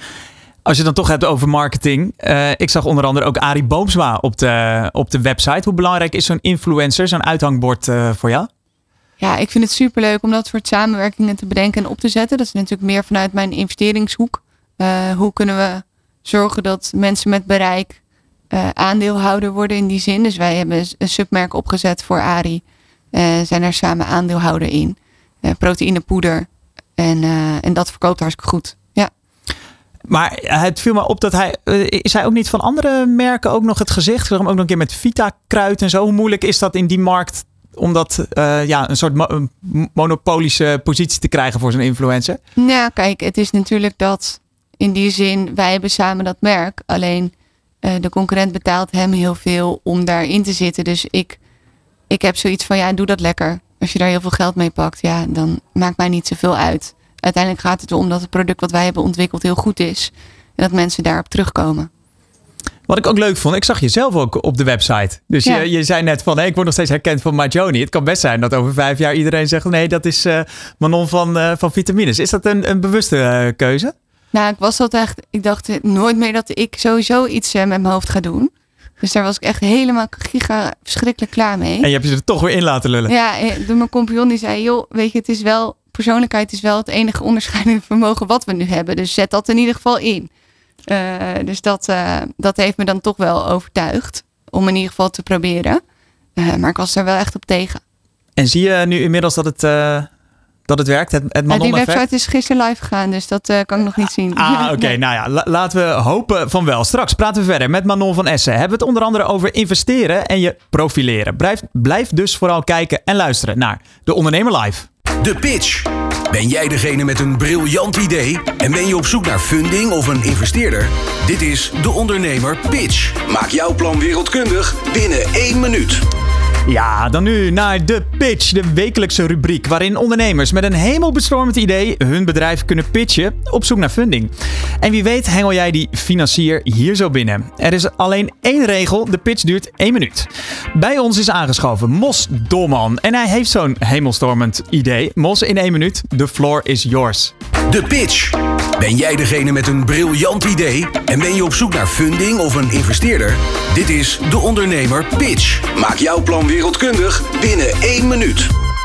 Als je het dan toch hebt over marketing. Uh, ik zag onder andere ook Arie Boomsma op de, op de website. Hoe belangrijk is zo'n influencer, zo'n uithangbord uh, voor jou? Ja, ik vind het superleuk om dat soort samenwerkingen te bedenken en op te zetten. Dat is natuurlijk meer vanuit mijn investeringshoek. Uh, hoe kunnen we zorgen dat mensen met bereik uh, aandeelhouder worden in die zin. Dus wij hebben een submerk opgezet voor Arie. Uh, zijn er samen aandeelhouder in. Uh, proteïnepoeder. En, uh, en dat verkoopt hartstikke goed. Ja. Maar het viel me op dat hij... Uh, is hij ook niet van andere merken ook nog het gezicht? Ik zag hem ook nog een keer met Vita-kruid en zo. Hoe moeilijk is dat in die markt om dat uh, ja, een soort mo- monopolische positie te krijgen voor zo'n influencer? Nou, kijk, het is natuurlijk dat in die zin, wij hebben samen dat merk. Alleen uh, de concurrent betaalt hem heel veel om daarin te zitten. Dus ik, ik heb zoiets van, ja, doe dat lekker. Als je daar heel veel geld mee pakt, ja, dan maakt mij niet zoveel uit. Uiteindelijk gaat het erom dat het product wat wij hebben ontwikkeld heel goed is. En dat mensen daarop terugkomen. Wat ik ook leuk vond, ik zag je zelf ook op de website. Dus ja. je, je zei net van, hey, ik word nog steeds herkend van Majoni. Het kan best zijn dat over vijf jaar iedereen zegt, nee, dat is uh, Manon van, uh, van Vitamines. Is dat een, een bewuste uh, keuze? Nou, ik was dat echt, ik dacht nooit meer dat ik sowieso iets uh, met mijn hoofd ga doen. Dus daar was ik echt helemaal giga verschrikkelijk klaar mee. En je hebt je er toch weer in laten lullen. Ja, door mijn compagnon die zei, joh, weet je, het is wel, persoonlijkheid is wel het enige onderscheidende vermogen wat we nu hebben. Dus zet dat in ieder geval in. Uh, dus dat, uh, dat heeft me dan toch wel overtuigd. Om in ieder geval te proberen. Uh, maar ik was er wel echt op tegen. En zie je nu inmiddels dat het, uh, dat het werkt? Het, het Manon uh, die effect? website is gisteren live gegaan. Dus dat uh, kan ik nog niet zien. Ah, oké. Okay. Nou ja, la- laten we hopen van wel. Straks praten we verder met Manon van Essen. Hebben we het onder andere over investeren en je profileren. Blijf, blijf dus vooral kijken en luisteren naar De Ondernemer Live. De Pitch. Ben jij degene met een briljant idee en ben je op zoek naar funding of een investeerder? Dit is De Ondernemer Pitch. Maak jouw plan wereldkundig binnen één minuut. Ja, dan nu naar de Pitch, de wekelijkse rubriek waarin ondernemers met een hemelbestormend idee hun bedrijf kunnen pitchen op zoek naar funding. En wie weet hengel jij die financier hier zo binnen. Er is alleen één regel, de pitch duurt één minuut. Bij ons is aangeschoven Mos Dolman en hij heeft zo'n hemelstormend idee. Mos, in één minuut, the floor is yours. De Pitch. Ben jij degene met een briljant idee en ben je op zoek naar funding of een investeerder? Dit is De Ondernemer Pitch. Maak jouw plan wereldkundig binnen één minuut.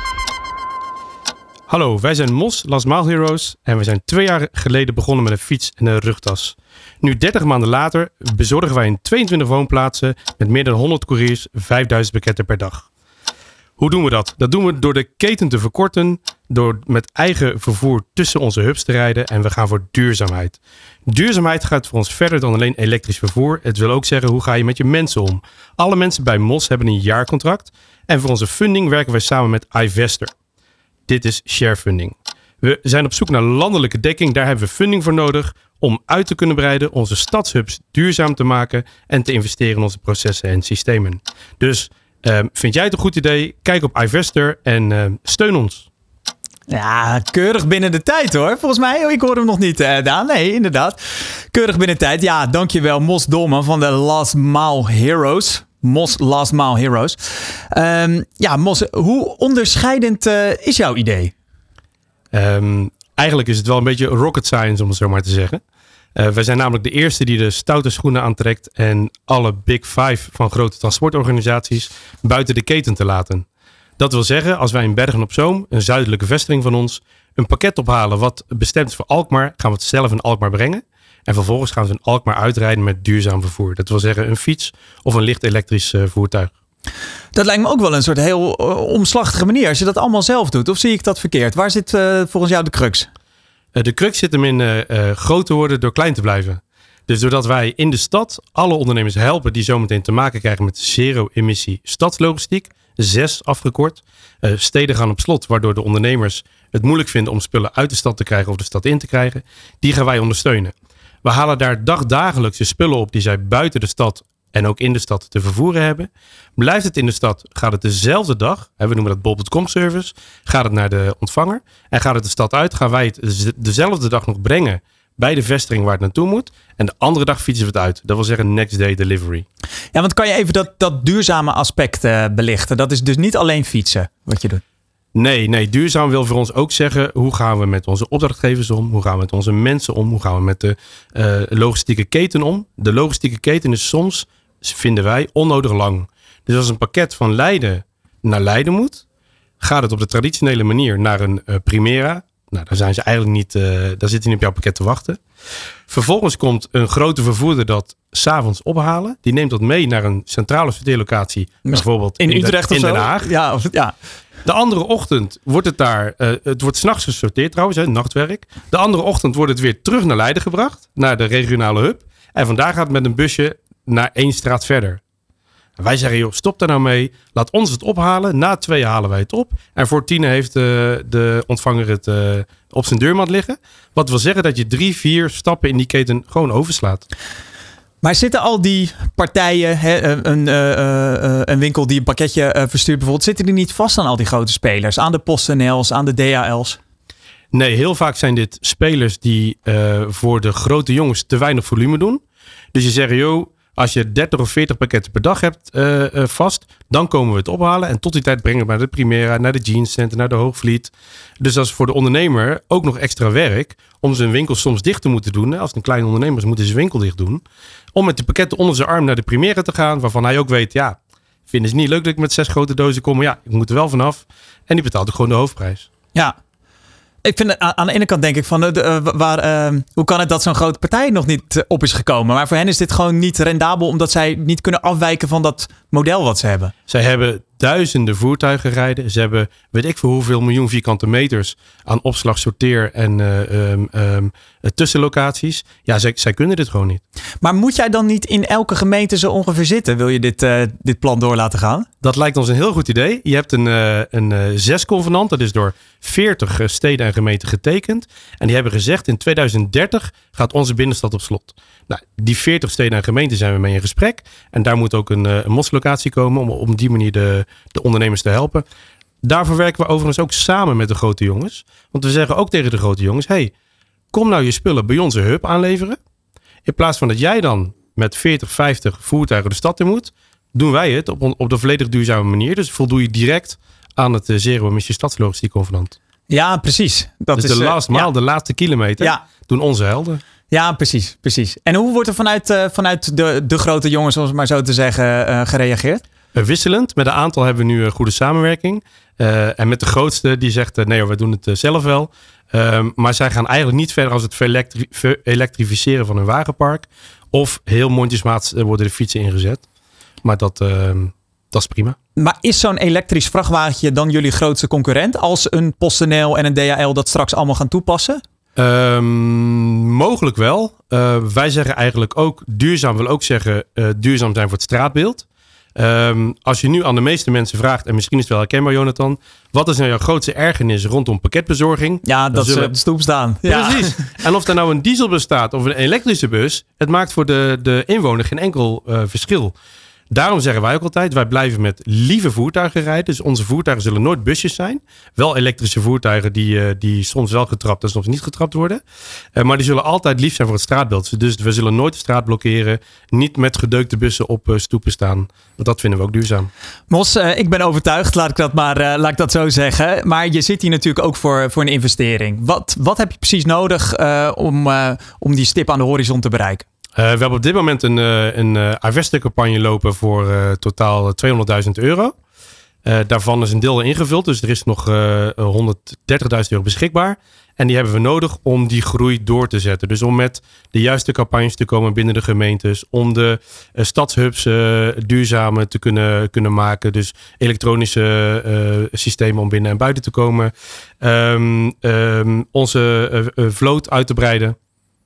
Hallo, wij zijn Mos Last Mile Heroes en we zijn twee jaar geleden begonnen met een fiets en een rugtas. Nu dertig maanden later bezorgen wij in tweeëntwintig woonplaatsen met meer dan honderd couriers vijfduizend pakketten per dag. Hoe doen we dat? Dat doen we door de keten te verkorten, door met eigen vervoer tussen onze hubs te rijden en we gaan voor duurzaamheid. Duurzaamheid gaat voor ons verder dan alleen elektrisch vervoer. Het wil ook zeggen, hoe ga je met je mensen om? Alle mensen bij Mos hebben een jaarcontract en voor onze funding werken wij samen met iVestor. Dit is sharefunding. We zijn op zoek naar landelijke dekking, daar hebben we funding voor nodig om uit te kunnen breiden, onze stadshubs duurzaam te maken en te investeren in onze processen en systemen. Dus Uh, vind jij het een goed idee? Kijk op iVestor en uh, steun ons. Ja, keurig binnen de tijd hoor. Volgens mij, oh, ik hoor hem nog niet, uh, Daan. Nee, inderdaad. Keurig binnen de tijd. Ja, dankjewel Mos Dolman van de Last Mile Heroes. Mos Last Mile Heroes. Um, ja, Mos, hoe onderscheidend uh, is jouw idee? Um, eigenlijk is het wel een beetje rocket science, om het zo maar te zeggen. Uh, wij zijn namelijk de eerste die de stoute schoenen aantrekt en alle Big Five van grote transportorganisaties buiten de keten te laten. Dat wil zeggen, als wij in Bergen op Zoom, een zuidelijke vestiging van ons, een pakket ophalen wat bestemd is voor Alkmaar, gaan we het zelf in Alkmaar brengen. En vervolgens gaan we in Alkmaar uitrijden met duurzaam vervoer. Dat wil zeggen een fiets of een licht elektrisch uh, voertuig. Dat lijkt me ook wel een soort heel uh, omslachtige manier als je dat allemaal zelf doet. Of zie ik dat verkeerd? Waar zit uh, volgens jou de crux? Uh, de crux zit hem in uh, uh, groot te worden door klein te blijven. Dus doordat wij in de stad alle ondernemers helpen die zometeen te maken krijgen met zero-emissie stadslogistiek, zes afgekort. Uh, steden gaan op slot, waardoor de ondernemers het moeilijk vinden om spullen uit de stad te krijgen of de stad in te krijgen. Die gaan wij ondersteunen. We halen daar dagdagelijks de spullen op die zij buiten de stad en ook in de stad te vervoeren hebben. Blijft het in de stad, gaat het dezelfde dag, en we noemen dat bol punt com service, gaat het naar de ontvanger. En gaat het de stad uit, gaan wij het dezelfde dag nog brengen bij de vestiging waar het naartoe moet. En de andere dag fietsen we het uit. Dat wil zeggen next day delivery. Ja, want kan je even dat, dat duurzame aspect uh, belichten? Dat is dus niet alleen fietsen wat je doet. Nee, nee, duurzaam wil voor ons ook zeggen, hoe gaan we met onze opdrachtgevers om? Hoe gaan we met onze mensen om? Hoe gaan we met de uh, logistieke keten om? De logistieke keten is soms, vinden wij, onnodig lang. Dus als een pakket van Leiden naar Leiden moet, gaat het op de traditionele manier naar een uh, Primera. Nou, daar zijn ze eigenlijk niet, uh, daar zit hij niet op jouw pakket te wachten. Vervolgens komt een grote vervoerder dat 's avonds ophalen. Die neemt dat mee naar een centrale sorteerlocatie. Bijvoorbeeld in, in Utrecht of in Den Haag. Ja, of, ja. De andere ochtend wordt het daar, uh, het wordt 's nachts gesorteerd trouwens, hè, nachtwerk. De andere ochtend wordt het weer terug naar Leiden gebracht, naar de regionale hub. En vandaar gaat het met een busje naar één straat verder. En wij zeggen, joh, stop daar nou mee. Laat ons het ophalen. Na twee halen wij het op. En voor tien heeft uh, de ontvanger het uh, op zijn deurmat liggen. Wat wil zeggen dat je drie, vier stappen in die keten gewoon overslaat. Maar zitten al die partijen, hè, een, uh, uh, een winkel die een pakketje uh, verstuurt bijvoorbeeld, zitten die niet vast aan al die grote spelers? Aan de PostNL's, aan de D H L's? Nee, heel vaak zijn dit spelers die uh, voor de grote jongens te weinig volume doen. Dus je zegt, joh, als je dertig of veertig pakketten per dag hebt uh, uh, vast, dan komen we het ophalen. En tot die tijd brengen we naar de Primera, naar de Jeans Center, naar de Hoogvliet. Dus dat is voor de ondernemer ook nog extra werk om zijn winkel soms dicht te moeten doen. Als een kleine ondernemer is, moet hij zijn winkel dicht doen. Om met de pakketten onder zijn arm naar de Primera te gaan, waarvan hij ook weet, ja, vinden ze niet leuk dat ik met zes grote dozen kom. Maar ja, ik moet er wel vanaf. En die betaalt ook gewoon de hoofdprijs. Ja. Ik vind aan de ene kant denk ik van, de, uh, waar, uh, hoe kan het dat zo'n grote partij nog niet op is gekomen? Maar voor hen is dit gewoon niet rendabel omdat zij niet kunnen afwijken van dat model wat ze hebben. Zij hebben duizenden voertuigen rijden. Ze hebben weet ik veel hoeveel miljoen vierkante meters aan opslag, sorteer en uh, um, um, tussenlocaties. Ja, zij, zij kunnen dit gewoon niet. Maar moet jij dan niet in elke gemeente zo ongeveer zitten? Wil je dit, uh, dit plan door laten gaan? Dat lijkt ons een heel goed idee. Je hebt een, uh, een uh, zesconvenant. Dat is door veertig uh, steden en gemeenten getekend. En die hebben gezegd in tweeduizend dertig gaat onze binnenstad op slot. Nou, die veertig steden en gemeenten zijn we mee in gesprek. En daar moet ook een, uh, een M O S-locatie komen om op die manier de, de ondernemers te helpen. Daarvoor werken we overigens ook samen met de grote jongens. Want we zeggen ook tegen de grote jongens, hey, kom nou je spullen bij onze hub aanleveren. In plaats van dat jij dan met veertig, vijftig voertuigen de stad in moet, doen wij het op, op de volledig duurzame manier. Dus voldoe je direct aan het uh, zero-emissie stadslogistiek convenant. Ja, precies. Dat dus is de last uh, mile, ja. de laatste kilometer, ja. doen onze helden. Ja, precies, precies. En hoe wordt er vanuit, uh, vanuit de, de grote jongens, om het maar zo te zeggen, uh, gereageerd? Uh, wisselend. Met een aantal hebben we nu een goede samenwerking. Uh, en met de grootste, die zegt, uh, nee hoor, we doen het uh, zelf wel. Uh, maar zij gaan eigenlijk niet verder als het verelektri- verelektrificeren van hun wagenpark. Of heel mondjesmaat worden de fietsen ingezet. Maar dat, uh, dat is prima. Maar is zo'n elektrisch vrachtwagentje dan jullie grootste concurrent als een PostNL en een D H L dat straks allemaal gaan toepassen? Um, mogelijk wel. Uh, wij zeggen eigenlijk ook, duurzaam wil ook zeggen, uh, duurzaam zijn voor het straatbeeld. Um, als je nu aan de meeste mensen vraagt, en misschien is het wel herkenbaar, Jonathan, wat is nou jouw grootste ergernis rondom pakketbezorging? Ja, dat zullen... ze op de stoep staan. Ja. Precies. En of er nou een dieselbus staat of een elektrische bus, het maakt voor de, de inwoner geen enkel uh, verschil. Daarom zeggen wij ook altijd, wij blijven met lieve voertuigen rijden. Dus onze voertuigen zullen nooit busjes zijn. Wel elektrische voertuigen die, uh, die soms wel getrapt en soms niet getrapt worden. Uh, maar die zullen altijd lief zijn voor het straatbeeld. Dus we zullen nooit de straat blokkeren. Niet met gedeukte bussen op uh, stoepen staan. Want dat vinden we ook duurzaam. Mos, uh, ik ben overtuigd, laat ik dat maar uh, laat ik dat zo zeggen. Maar je zit hier natuurlijk ook voor, voor een investering. Wat, wat heb je precies nodig uh, om, uh, om die stip aan de horizon te bereiken? Uh, we hebben op dit moment een, uh, een uh, Aveste-campagne lopen voor uh, totaal tweehonderdduizend euro. Uh, daarvan is een deel ingevuld, dus er is nog uh, honderddertigduizend euro beschikbaar. En die hebben we nodig om die groei door te zetten. Dus om met de juiste campagnes te komen binnen de gemeentes. Om de uh, stadshubs uh, duurzamer te kunnen, kunnen maken. Dus elektronische uh, systemen om binnen en buiten te komen. Um, um, onze uh, uh, vloot uit te breiden.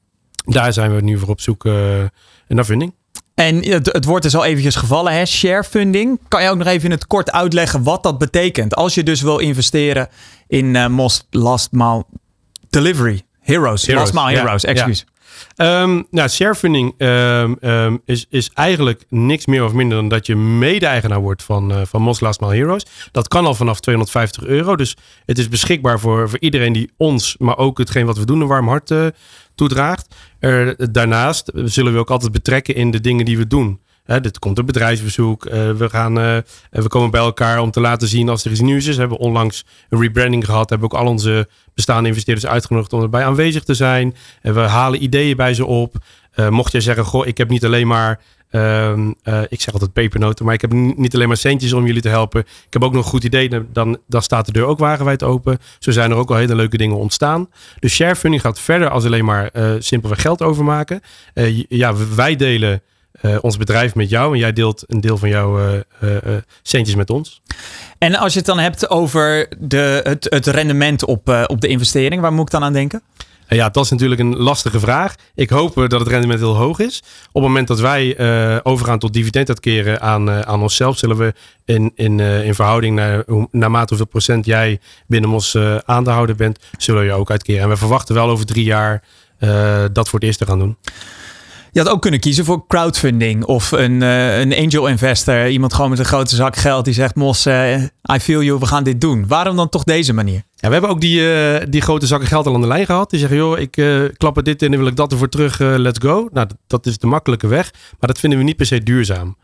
Daar zijn we nu voor op zoek uh, naar funding. En het, het wordt dus al eventjes gevallen, hè? Share funding. Kan je ook nog even in het kort uitleggen wat dat betekent? Als je dus wil investeren in uh, Most Last Mile Delivery. Heroes. Heroes. Last Mile Heroes, ja, excuus. Ja. Um, nou, share funding um, um, is, is eigenlijk niks meer of minder dan dat je mede-eigenaar wordt van, uh, van Most Last Mile Heroes. Dat kan al vanaf tweehonderdvijftig euro. Dus het is beschikbaar voor, voor iedereen die ons, maar ook hetgeen wat we doen, een warm hart uh, toedraagt. Er, daarnaast zullen we ook altijd betrekken in de dingen die we doen. He, dit komt een bedrijfsbezoek. Uh, we, gaan, uh, we komen bij elkaar om te laten zien als er iets nieuws is. We hebben onlangs een rebranding gehad. Hebben ook al onze bestaande investeerders uitgenodigd om erbij aanwezig te zijn. En we halen ideeën bij ze op. Uh, mocht jij zeggen, goh, ik heb niet alleen maar... Uh, uh, ik zeg altijd pepernoten, maar ik heb niet alleen maar centjes om jullie te helpen. Ik heb ook nog een goed idee. Dan, dan staat de deur ook wagenwijd open. Zo zijn er ook al hele leuke dingen ontstaan. Dus share funding gaat verder als alleen maar uh, simpelweg geld overmaken. Uh, ja, wij delen uh, ons bedrijf met jou en jij deelt een deel van jouw uh, uh, centjes met ons. En als je het dan hebt over de, het, het rendement op, uh, op de investering, waar moet ik dan aan denken? Ja, dat is natuurlijk een lastige vraag. Ik hoop dat het rendement heel hoog is. Op het moment dat wij uh, overgaan tot dividend uitkeren aan, uh, aan onszelf, zullen we in, in, uh, in verhouding naar naarmate hoeveel procent jij binnen ons uh, aan te houden bent, zullen we je ook uitkeren. En we verwachten wel over drie jaar uh, dat voor het eerst te gaan doen. Je had ook kunnen kiezen voor crowdfunding of een, uh, een angel investor. Iemand gewoon met een grote zak geld die zegt, Mos, uh, I feel you, we gaan dit doen. Waarom dan toch deze manier? Ja, we hebben ook die, uh, die grote zakken geld al aan de lijn gehad. Die zeggen, joh, ik uh, klap er dit in en wil ik dat ervoor terug, uh, let's go. Nou, dat, dat is de makkelijke weg. Maar dat vinden we niet per se duurzaam.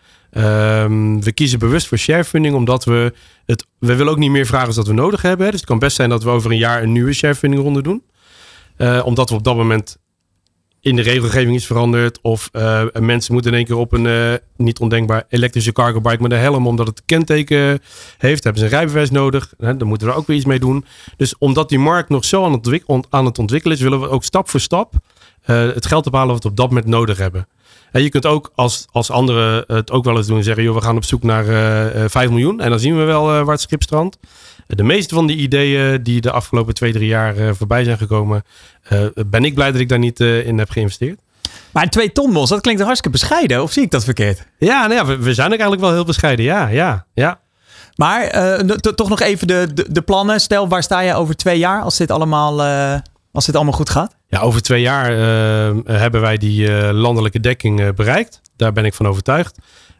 Um, we kiezen bewust voor sharefunding omdat we het... We willen ook niet meer vragen als dat we nodig hebben. Hè. Dus het kan best zijn dat we over een jaar een nieuwe sharefunding ronde doen. Uh, omdat we op dat moment... in de regelgeving is veranderd. Of uh, mensen moeten in één keer op een uh, niet ondenkbaar elektrische cargo bike met een helm. Omdat het kenteken heeft. Hebben ze een rijbewijs nodig. Hè, dan moeten we er ook weer iets mee doen. Dus omdat die markt nog zo aan het, ontwik- aan het ontwikkelen is. Willen we ook stap voor stap uh, het geld ophalen wat we op dat moment nodig hebben. En je kunt ook als, als anderen het ook wel eens doen. Zeggen joh, we gaan op zoek naar uh, vijf miljoen. En dan zien we wel uh, waar het schip strandt. De meeste van die ideeën die de afgelopen twee, drie jaar uh, voorbij zijn gekomen, uh, ben ik blij dat ik daar niet uh, in heb geïnvesteerd. Maar twee ton, Mos, dat klinkt hartstikke bescheiden. Of zie ik dat verkeerd? Ja, nou ja we, we zijn ook eigenlijk wel heel bescheiden. Ja, ja, ja. Maar uh, t- toch nog even de, de, de plannen. Stel, waar sta je over twee jaar als dit allemaal, uh, als dit allemaal goed gaat? Ja, over twee jaar uh, hebben wij die uh, landelijke dekking uh, bereikt. Daar ben ik van overtuigd.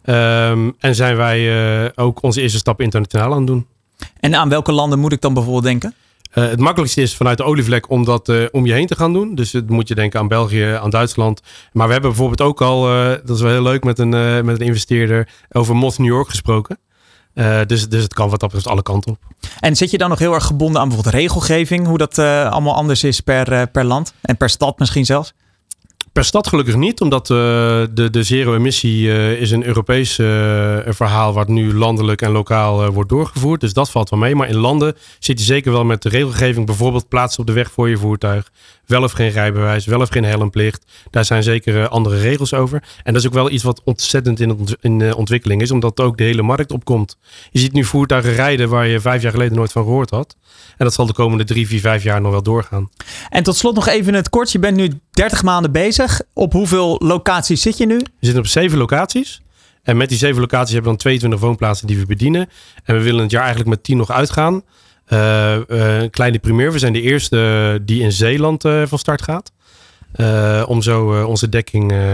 Um, en zijn wij uh, ook onze eerste stap internationaal aan het doen. En aan welke landen moet ik dan bijvoorbeeld denken? Uh, het makkelijkste is vanuit de olievlek om dat uh, om je heen te gaan doen. Dus dan moet je denken aan België, aan Duitsland. Maar we hebben bijvoorbeeld ook al, uh, dat is wel heel leuk, met een, uh, met een investeerder over Moth New York gesproken. Uh, dus, dus het kan wat dat betreft alle kanten op. En zit je dan nog heel erg gebonden aan bijvoorbeeld regelgeving? Hoe dat uh, allemaal anders is per, uh, per land? En per stad misschien zelfs? Per stad gelukkig niet, omdat uh, de, de zero-emissie uh, is een Europees uh, verhaal wat nu landelijk en lokaal uh, wordt doorgevoerd. Dus dat valt wel mee. Maar in landen zit je zeker wel met de regelgeving. Bijvoorbeeld plaatsen op de weg voor je voertuig. Wel of geen rijbewijs, wel of geen helmplicht. Daar zijn zeker uh, andere regels over. En dat is ook wel iets wat ontzettend in, ont- in uh, ontwikkeling is, omdat ook de hele markt opkomt. Je ziet nu voertuigen rijden waar je vijf jaar geleden nooit van gehoord had. En dat zal de komende drie, vier, vijf jaar nog wel doorgaan. En tot slot nog even in het kort. Je bent nu dertig maanden bezig. Op hoeveel locaties zit je nu? We zitten op zeven locaties. En met die zeven locaties hebben we dan tweeëntwintig woonplaatsen die we bedienen. En we willen het jaar eigenlijk met tien nog uitgaan. Uh, uh, een kleine primeur. We zijn de eerste die in Zeeland uh, van start gaat. Uh, om zo uh, onze dekking uh,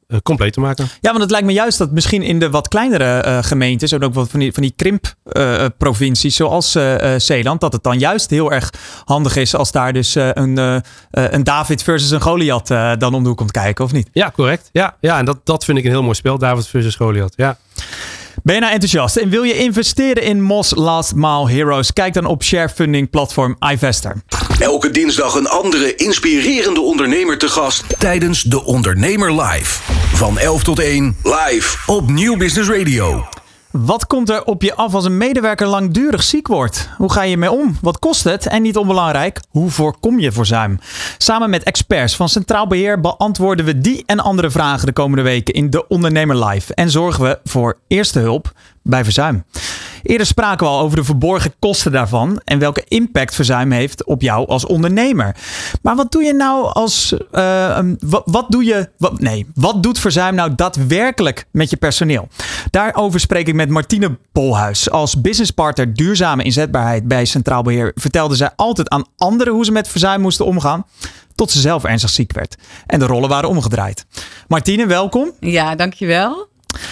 uh, compleet te maken. Ja, want het lijkt me juist dat misschien in de wat kleinere uh, gemeentes en ook wat van die, van die krimpprovincies uh, zoals uh, uh, Zeeland, dat het dan juist heel erg handig is als daar dus uh, een, uh, uh, een David versus een Goliath uh, dan om de hoek komt kijken, of niet? Ja, correct. Ja, ja en dat, dat vind ik een heel mooi spel, David versus Goliath. Ja. Ben je nou enthousiast en wil je investeren in Moz Last Mile Heroes? Kijk dan op sharefunding platform iVestor. Elke dinsdag een andere inspirerende ondernemer te gast tijdens De Ondernemer Live. Van elf tot één live op Nieuw Business Radio. Wat komt er op je af als een medewerker langdurig ziek wordt? Hoe ga je mee om? Wat kost het? En niet onbelangrijk, hoe voorkom je verzuim? Samen met experts van Centraal Beheer beantwoorden we die en andere vragen de komende weken in De Ondernemer Live. En zorgen we voor eerste hulp bij verzuim. Eerder spraken we al over de verborgen kosten daarvan en welke impact verzuim heeft op jou als ondernemer. Maar wat doe je nou als uh, wat, wat doe je? Wat, nee, wat doet verzuim nou daadwerkelijk met je personeel? Daarover spreek ik met Martine Bolhuis. Als businesspartner duurzame inzetbaarheid bij Centraal Beheer vertelde zij altijd aan anderen hoe ze met verzuim moesten omgaan, tot ze zelf ernstig ziek werd en de rollen waren omgedraaid. Martine, welkom. Ja, dankjewel.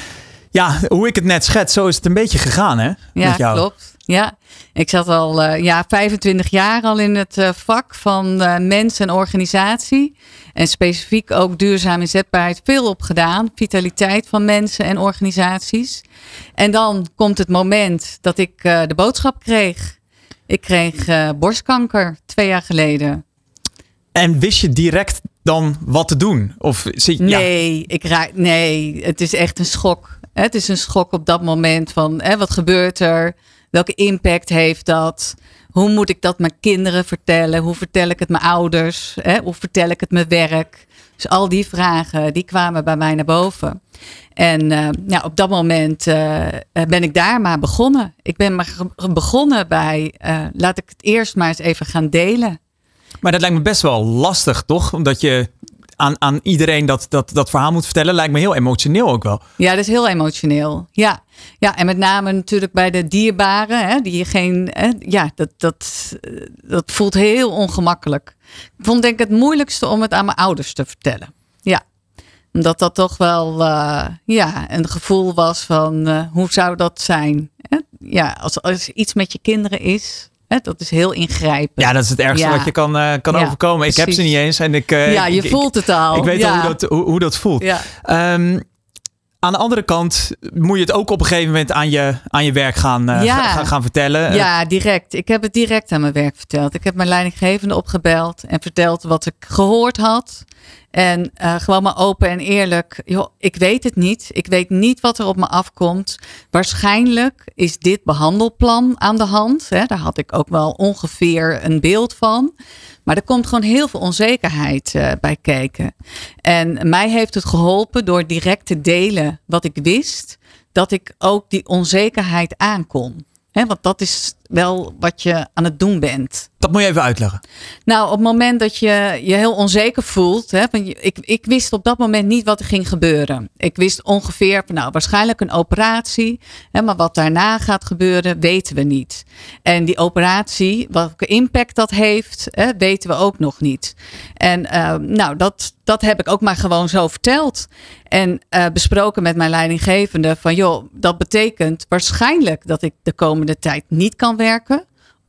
Ja, hoe ik het net schets, zo is het een beetje gegaan, hè? Ja, met jou. Klopt. Ja, ik zat al uh, ja, vijfentwintig jaar al in het uh, vak van uh, mens en organisatie. En specifiek ook duurzaam inzetbaarheid veel op gedaan. Vitaliteit van mensen en organisaties. En dan komt het moment dat ik uh, de boodschap kreeg. Ik kreeg uh, borstkanker twee jaar geleden. En wist je direct dan wat te doen? Of zit, nee, ja. ik raak, nee, het is echt een schok. Het is een schok op dat moment van hè, wat gebeurt er? Welke impact heeft dat? Hoe moet ik dat mijn kinderen vertellen? Hoe vertel ik het mijn ouders? Hè? Hoe vertel ik het mijn werk? Dus al die vragen die kwamen bij mij naar boven. En uh, ja, op dat moment uh, ben ik daar maar begonnen. Ik ben maar begonnen bij uh, laat ik het eerst maar eens even gaan delen. Maar dat lijkt me best wel lastig, toch? Omdat je aan, aan iedereen dat, dat, dat verhaal moet vertellen. Lijkt me heel emotioneel ook wel. Ja, dat is heel emotioneel. Ja, ja en met name natuurlijk bij de dierbaren. Hè, die je geen, hè, ja, dat, dat, dat voelt heel ongemakkelijk. Ik vond denk ik het moeilijkste om het aan mijn ouders te vertellen. Ja, omdat dat toch wel uh, ja, een gevoel was van uh, hoe zou dat zijn? Hè? Ja, als, als iets met je kinderen is. Hè, dat is heel ingrijpend. Ja, dat is het ergste ja. wat je kan, uh, kan ja, overkomen. Ik precies. heb ze niet eens. En ik, uh, ja, je ik, voelt het al. Ik, ik weet ja. al hoe dat, hoe, hoe dat voelt. Ja. Um, aan de andere kant moet je het ook op een gegeven moment aan je, aan je werk gaan, uh, ja. gaan, gaan vertellen. Ja, direct. Ik heb het direct aan mijn werk verteld. Ik heb mijn leidinggevende opgebeld en verteld wat ik gehoord had. En uh, gewoon maar open en eerlijk. Joh, ik weet het niet. Ik weet niet wat er op me afkomt. Waarschijnlijk is dit behandelplan aan de hand. Hè, daar had ik ook wel ongeveer een beeld van. Maar er komt gewoon heel veel onzekerheid uh, bij kijken. En mij heeft het geholpen door direct te delen wat ik wist. Dat ik ook die onzekerheid aankon. He, want dat is wel wat je aan het doen bent. Dat moet je even uitleggen. Nou, op het moment dat je je heel onzeker voelt. Hè, want ik, ik wist op dat moment niet wat er ging gebeuren. Ik wist ongeveer, nou, waarschijnlijk een operatie. Hè, maar wat daarna gaat gebeuren, weten we niet. En die operatie, welke impact dat heeft, hè, weten we ook nog niet. En uh, nou, dat, dat heb ik ook maar gewoon zo verteld. En uh, besproken met mijn leidinggevende van joh, dat betekent waarschijnlijk dat ik de komende tijd niet kan werken.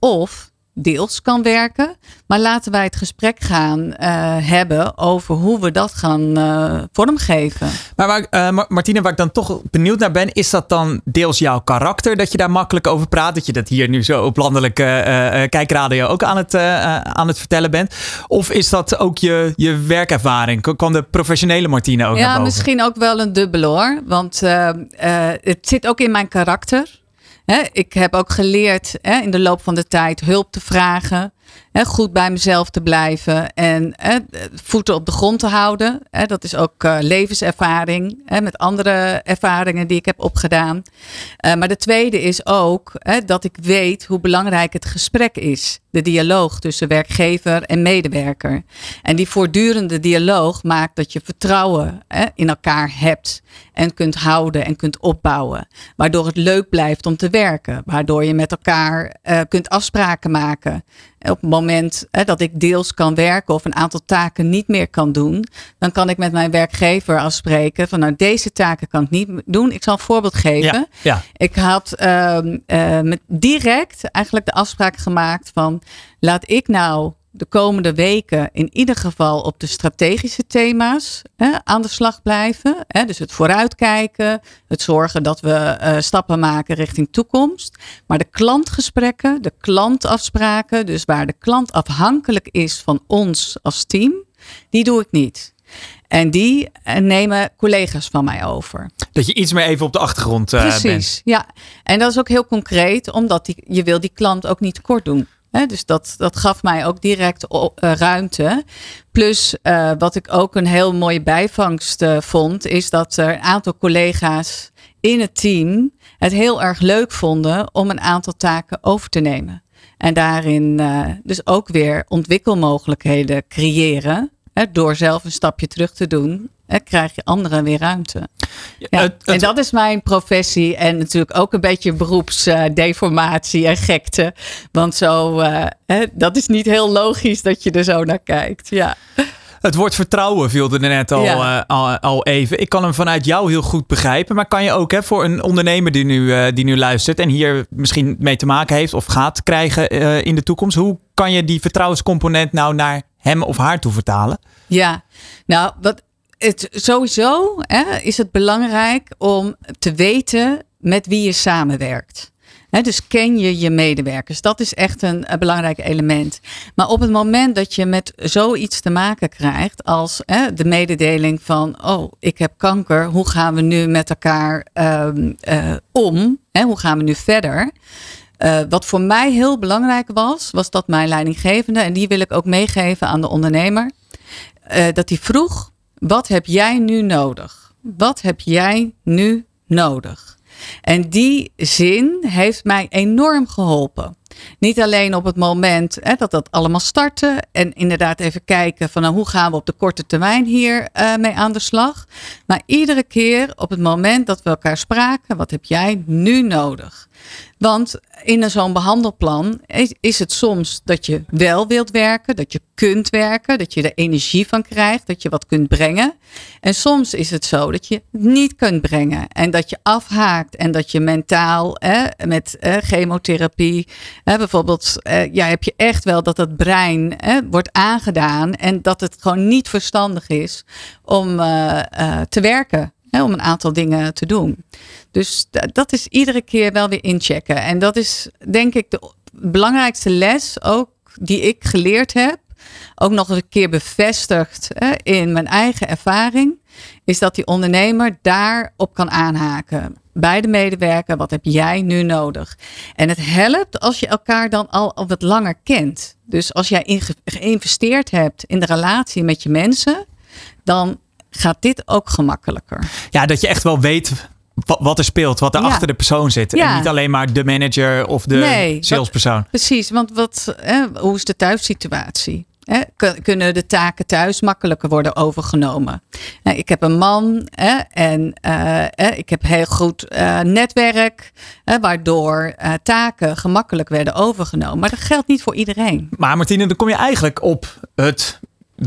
Of deels kan werken. Maar laten wij het gesprek gaan uh, hebben over hoe we dat gaan uh, vormgeven. Maar waar, uh, Martine, waar ik dan toch benieuwd naar ben, is dat dan deels jouw karakter dat je daar makkelijk over praat? Dat je dat hier nu zo op landelijke uh, uh, kijkradio ook aan het, uh, aan het vertellen bent? Of is dat ook je, je werkervaring? Kan de professionele Martine ook ja, naar boven? Ja, misschien ook wel een dubbele hoor. Want uh, uh, het zit ook in mijn karakter. He, ik heb ook geleerd he, in de loop van de tijd hulp te vragen. He, goed bij mezelf te blijven. En he, voeten op de grond te houden. He, dat is ook uh, levenservaring. He, met andere ervaringen die ik heb opgedaan. Uh, maar de tweede is ook he, dat ik weet hoe belangrijk het gesprek is. De dialoog tussen werkgever en medewerker. En die voortdurende dialoog maakt dat je vertrouwen he, in elkaar hebt. En kunt houden en kunt opbouwen. Waardoor het leuk blijft om te werken. Waardoor je met elkaar uh, kunt afspraken maken. Op het moment hè, dat ik deels kan werken of een aantal taken niet meer kan doen, dan kan ik met mijn werkgever afspreken van nou deze taken kan ik niet doen. Ik zal een voorbeeld geven. Ja, ja. Ik had uh, uh, met direct eigenlijk de afspraak gemaakt van laat ik nou de komende weken in ieder geval op de strategische thema's hè, aan de slag blijven. Hè, dus het vooruitkijken, het zorgen dat we uh, stappen maken richting toekomst. Maar de klantgesprekken, de klantafspraken, dus waar de klant afhankelijk is van ons als team, die doe ik niet. En die uh, nemen collega's van mij over. Dat je iets meer even op de achtergrond uh, Precies, bent. ja. En dat is ook heel concreet, omdat die, je wil die klant ook niet tekort doen. He, dus dat, dat gaf mij ook direct uh, ruimte. Plus uh, wat ik ook een heel mooie bijvangst uh, vond, is dat er een aantal collega's in het team het heel erg leuk vonden om een aantal taken over te nemen. En daarin uh, dus ook weer ontwikkelmogelijkheden creëren. He, door zelf een stapje terug te doen, he, krijg je anderen weer ruimte. Ja, het, het, en dat is mijn professie en natuurlijk ook een beetje beroepsdeformatie uh, en gekte. Want zo, uh, hè, dat is niet heel logisch dat je er zo naar kijkt. Ja. Het woord vertrouwen viel er net al, ja. uh, al, al even. Ik kan hem vanuit jou heel goed begrijpen. Maar kan je ook hè, voor een ondernemer die nu, uh, die nu luistert en hier misschien mee te maken heeft of gaat krijgen uh, in de toekomst. Hoe kan je die vertrouwenscomponent nou naar hem of haar toe vertalen? Ja, nou wat... Het, sowieso hè, is het belangrijk om te weten met wie je samenwerkt. He, dus ken je je medewerkers. Dat is echt een, een belangrijk element. Maar op het moment dat je met zoiets te maken krijgt als he, de mededeling van oh, ik heb kanker. Hoe gaan we nu met elkaar uh, uh, om? He, hoe gaan we nu verder? Uh, wat voor mij heel belangrijk was, was dat mijn leidinggevende, en die wil ik ook meegeven aan de ondernemer, uh, dat die vroeg, wat heb jij nu nodig? Wat heb jij nu nodig? En die zin heeft mij enorm geholpen. Niet alleen op het moment hè, dat dat allemaal startte. En inderdaad even kijken van nou, hoe gaan we op de korte termijn hier uh, mee aan de slag. Maar iedere keer op het moment dat we elkaar spraken. Wat heb jij nu nodig? Want in zo'n behandelplan is, is het soms dat je wel wilt werken. Dat je kunt werken. Dat je er energie van krijgt. Dat je wat kunt brengen. En soms is het zo dat je het niet kunt brengen. En dat je afhaakt. En dat je mentaal hè, met uh, chemotherapie. Hè, bijvoorbeeld uh, ja, heb je echt wel dat het brein hè, wordt aangedaan. En dat het gewoon niet verstandig is om uh, uh, te werken. Hè, om een aantal dingen te doen. Dus d- dat is iedere keer wel weer inchecken. En dat is denk ik de belangrijkste les ook die ik geleerd heb. Ook nog eens een keer bevestigd hè, in mijn eigen ervaring. Is dat die ondernemer daarop kan aanhaken. Bij de medewerker, wat heb jij nu nodig? En het helpt als je elkaar dan al, al wat langer kent. Dus als jij inge- geïnvesteerd hebt in de relatie met je mensen, dan gaat dit ook gemakkelijker. Ja, dat je echt wel weet wat er speelt, wat er ja. achter de persoon zit. Ja. En niet alleen maar de manager of de nee, salespersoon. Wat, precies, want wat, hè, hoe is de thuissituatie? Hè, kunnen de taken thuis makkelijker worden overgenomen? Ik heb een man hè, en uh, ik heb heel goed uh, netwerk, hè, waardoor uh, taken gemakkelijk werden overgenomen. Maar dat geldt niet voor iedereen. Maar Martine, dan kom je eigenlijk op het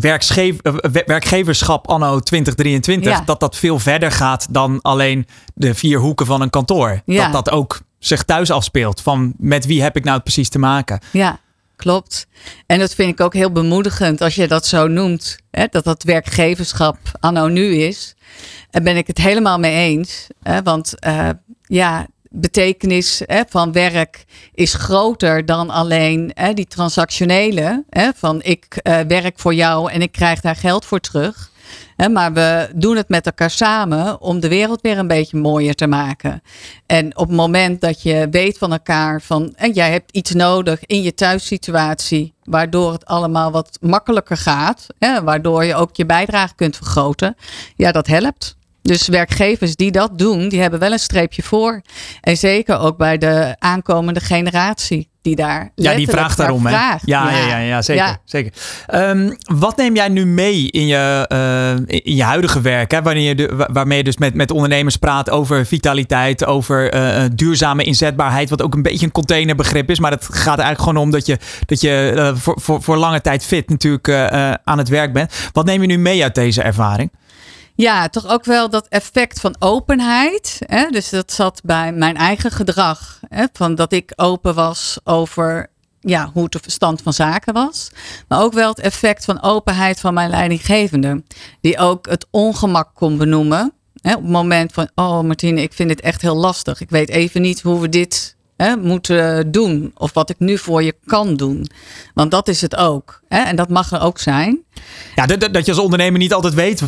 werkgeverschap anno twintig drieëntwintig. Ja. Dat dat veel verder gaat dan alleen de vier hoeken van een kantoor. Ja. Dat dat ook zich thuis afspeelt. Van met wie heb ik nou precies te maken? Ja. Klopt. En dat vind ik ook heel bemoedigend als je dat zo noemt. Hè, dat dat werkgeverschap anno nu is. Daar ben ik het helemaal mee eens. Hè, want uh, ja, betekenis hè, van werk is groter dan alleen hè, die transactionele. Hè, van ik uh, werk voor jou en ik krijg daar geld voor terug. He, maar we doen het met elkaar samen om de wereld weer een beetje mooier te maken. En op het moment dat je weet van elkaar van en jij hebt iets nodig in je thuissituatie, waardoor het allemaal wat makkelijker gaat, he, waardoor je ook je bijdrage kunt vergroten, ja, dat helpt. Dus werkgevers die dat doen, die hebben wel een streepje voor. En zeker ook bij de aankomende generatie die daar Ja, die vraagt daarom. Hè? Ja, ja. Ja, ja, ja, zeker. Ja. zeker. Um, wat neem jij nu mee in je, uh, in je huidige werk? Hè? Wanneer je de, waarmee je dus met, met ondernemers praat over vitaliteit, over uh, duurzame inzetbaarheid, wat ook een beetje een containerbegrip is. Maar het gaat eigenlijk gewoon om dat je, dat je uh, voor, voor, voor lange tijd fit natuurlijk uh, uh, aan het werk bent. Wat neem je nu mee uit deze ervaring? Ja, toch ook wel dat effect van openheid. Hè? Dus dat zat bij mijn eigen gedrag. Hè? Van dat ik open was over ja, hoe het de verstand van zaken was. Maar ook wel het effect van openheid van mijn leidinggevende. Die ook het ongemak kon benoemen. Hè? Op het moment van, oh Martine, ik vind dit echt heel lastig. Ik weet even niet hoe we dit hè, moeten doen. Of wat ik nu voor je kan doen. Want dat is het ook. Hè? En dat mag er ook zijn. Ja, dat, dat je als ondernemer niet altijd weet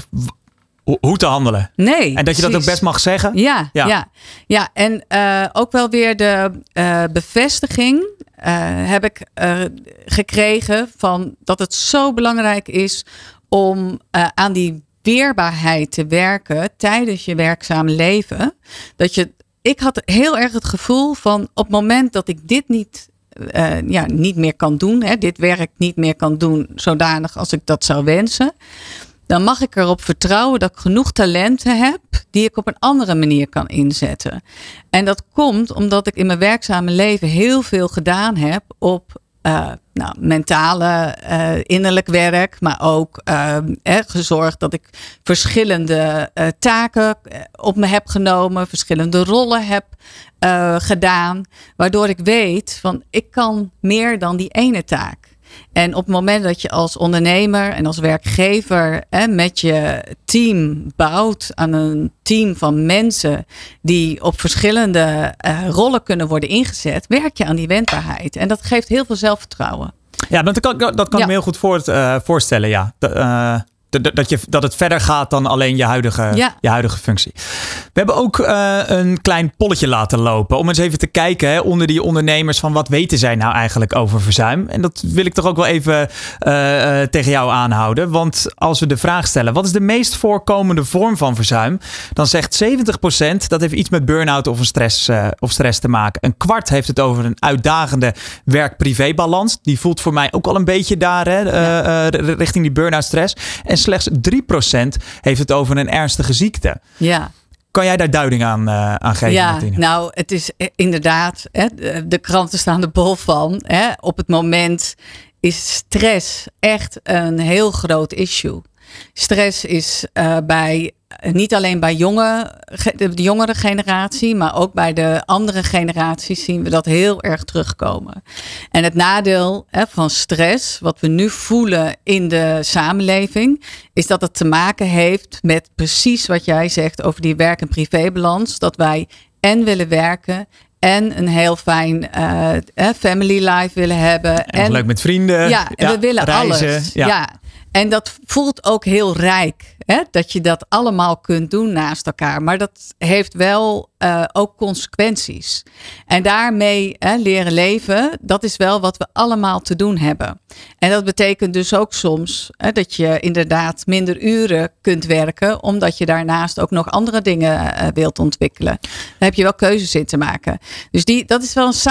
hoe te handelen. Nee. En dat je precies. dat ook best mag zeggen. Ja, ja. ja. ja en uh, ook wel weer de uh, bevestiging uh, heb ik uh, gekregen van dat het zo belangrijk is om uh, aan die weerbaarheid te werken tijdens je werkzame leven. Dat je, ik had heel erg het gevoel van op het moment dat ik dit niet Uh, ja, niet meer kan doen. Hè, dit werk niet meer kan doen zodanig als ik dat zou wensen. Dan mag ik erop vertrouwen dat ik genoeg talenten heb die ik op een andere manier kan inzetten. En dat komt omdat ik in mijn werkzame leven heel veel gedaan heb op uh, nou, mentale, uh, innerlijk werk. Maar ook uh, eh, gezorgd dat ik verschillende uh, taken op me heb genomen. Verschillende rollen heb uh, gedaan. Waardoor ik weet van ik kan meer dan die ene taak. En op het moment dat je als ondernemer en als werkgever hè, met je team bouwt aan een team van mensen die op verschillende uh, rollen kunnen worden ingezet, werk je aan die wendbaarheid. En dat geeft heel veel zelfvertrouwen. Ja, dat kan, dat kan ja. ik me heel goed voor, uh, voorstellen, ja. De, uh... Dat, je, dat het verder gaat dan alleen je huidige, ja. je huidige functie. We hebben ook uh, een klein polletje laten lopen. Om eens even te kijken hè, onder die ondernemers. Van wat weten zij nou eigenlijk over verzuim? En dat wil ik toch ook wel even uh, uh, tegen jou aanhouden. Want als we de vraag stellen. Wat is de meest voorkomende vorm van verzuim? Dan zegt zeventig procent dat heeft iets met burn-out of, een stress, uh, of stress te maken. Een kwart heeft het over een uitdagende werk-privé-balans. Die voelt voor mij ook al een beetje daar. Hè, ja. uh, uh, richting die burn-out stress. En slechts drie procent heeft het over een ernstige ziekte. Ja. Kan jij daar duiding aan, uh, aan geven, ja, Martine? Nou, het is inderdaad, hè, de, de kranten staan er bol van. Hè. Op het moment is stress echt een heel groot issue. Stress is uh, bij niet alleen bij jonge, de jongere generatie, maar ook bij de andere generaties zien we dat heel erg terugkomen. En het nadeel hè, van stress, wat we nu voelen in de samenleving, is dat het te maken heeft met precies wat jij zegt over die werk- en privébalans. Dat wij en willen werken en een heel fijn uh, family life willen hebben. En, en leuk met vrienden. Ja, en ja, we willen reizen, alles. Ja. ja. En dat voelt ook heel rijk. Hè? Dat je dat allemaal kunt doen naast elkaar. Maar dat heeft wel uh, ook consequenties. En daarmee hè, leren leven, dat is wel wat we allemaal te doen hebben. En dat betekent dus ook soms hè, dat je inderdaad minder uren kunt werken. Omdat je daarnaast ook nog andere dingen uh, wilt ontwikkelen. Daar heb je wel keuzes in te maken. Dus die, dat is wel een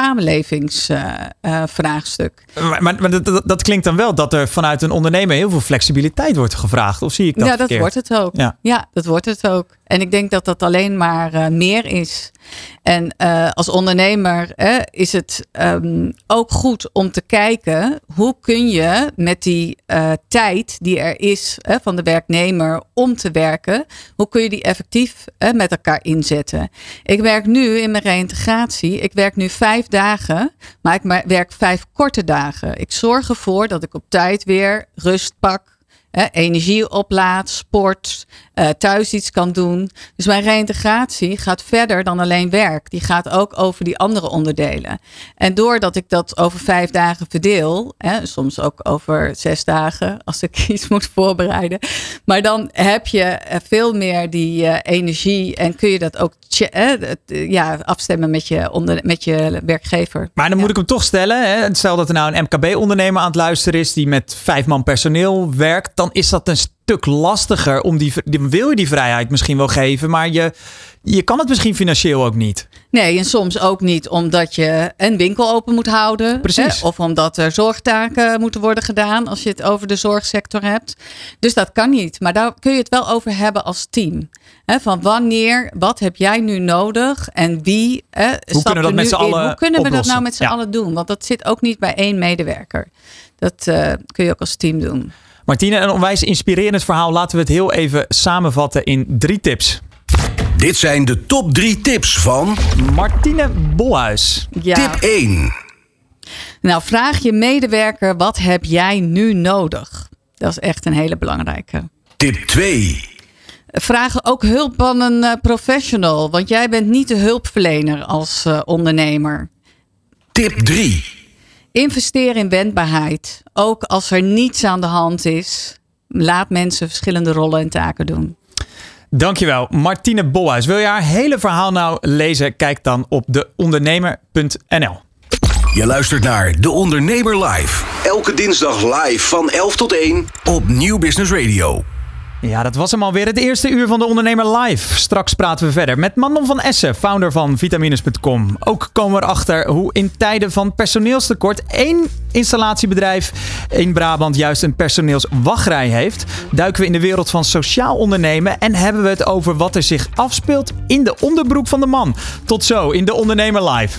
samenlevingsvraagstuk. Uh, uh, maar maar, maar dat, dat klinkt dan wel dat er vanuit een ondernemer heel veel flexibiliteit wordt gevraagd. Of zie ik dat Ja, dat verkeerd? wordt het ook. Ja. ja, dat wordt het ook. En ik denk dat dat alleen maar uh, meer is. En uh, als ondernemer uh, is het um, ook goed om te kijken hoe kun je met die uh, tijd die er is uh, van de werknemer om te werken, hoe kun je die effectief uh, met elkaar inzetten. Ik werk nu in mijn reïntegratie, ik werk nu vijf dagen, maar ik werk vijf korte dagen. Ik zorg ervoor dat ik op tijd weer rust pak. Eh, energie oplaat, sport, uh, thuis iets kan doen. Dus mijn reïntegratie gaat verder dan alleen werk. Die gaat ook over die andere onderdelen. En doordat ik dat over vijf dagen verdeel, hè, soms ook over zes dagen als ik iets moet voorbereiden. Maar dan heb je veel meer die uh, energie en kun je dat ook uh, ja, afstemmen met je, onder, met je werkgever. Maar dan ja. moet ik hem toch stellen. Hè? Stel dat er nou een M K B-ondernemer aan het luisteren is die met vijf man personeel werkt. dan is dat een stuk lastiger. Om die, die, wil je die vrijheid misschien wel geven, maar je, je kan het misschien financieel ook niet. Nee, en soms ook niet omdat je een winkel open moet houden. Precies. Hè? Of omdat er zorgtaken moeten worden gedaan als je het over de zorgsector hebt. Dus dat kan niet. Maar daar kun je het wel over hebben als team. Hè? Van wanneer, wat heb jij nu nodig en wie hè, Hoe kunnen we dat met z'n allen Hoe kunnen we dat oplossen? nou met z'n Ja. allen doen? Want dat zit ook niet bij één medewerker. Dat uh, kun je ook als team doen. Martine, een onwijs inspirerend verhaal. Laten we het heel even samenvatten in drie tips. Dit zijn de top drie tips van Martine Bolhuis. Ja. tip één. Nou, vraag je medewerker, wat heb jij nu nodig? Dat is echt een hele belangrijke. Tip twee. Vraag ook hulp van een uh, professional. Want jij bent niet de hulpverlener als uh, ondernemer. Tip drie. Investeer in wendbaarheid. Ook als er niets aan de hand is. Laat mensen verschillende rollen en taken doen. Dankjewel, Martine Bolhuis. Wil je haar hele verhaal nou lezen? Kijk dan op de ondernemer punt n l. Je luistert naar De Ondernemer Live. Elke dinsdag live van elf tot één op Nieuw Business Radio. Ja, dat was hem alweer, het eerste uur van De Ondernemer Live. Straks praten we verder met Manon van Essen, founder van Vitamines punt com. Ook komen we erachter hoe in tijden van personeelstekort één installatiebedrijf in Brabant juist een personeelswachtrij heeft. Duiken we in de wereld van sociaal ondernemen en hebben we het over wat er zich afspeelt in de onderbroek van de man. Tot zo in De Ondernemer Live.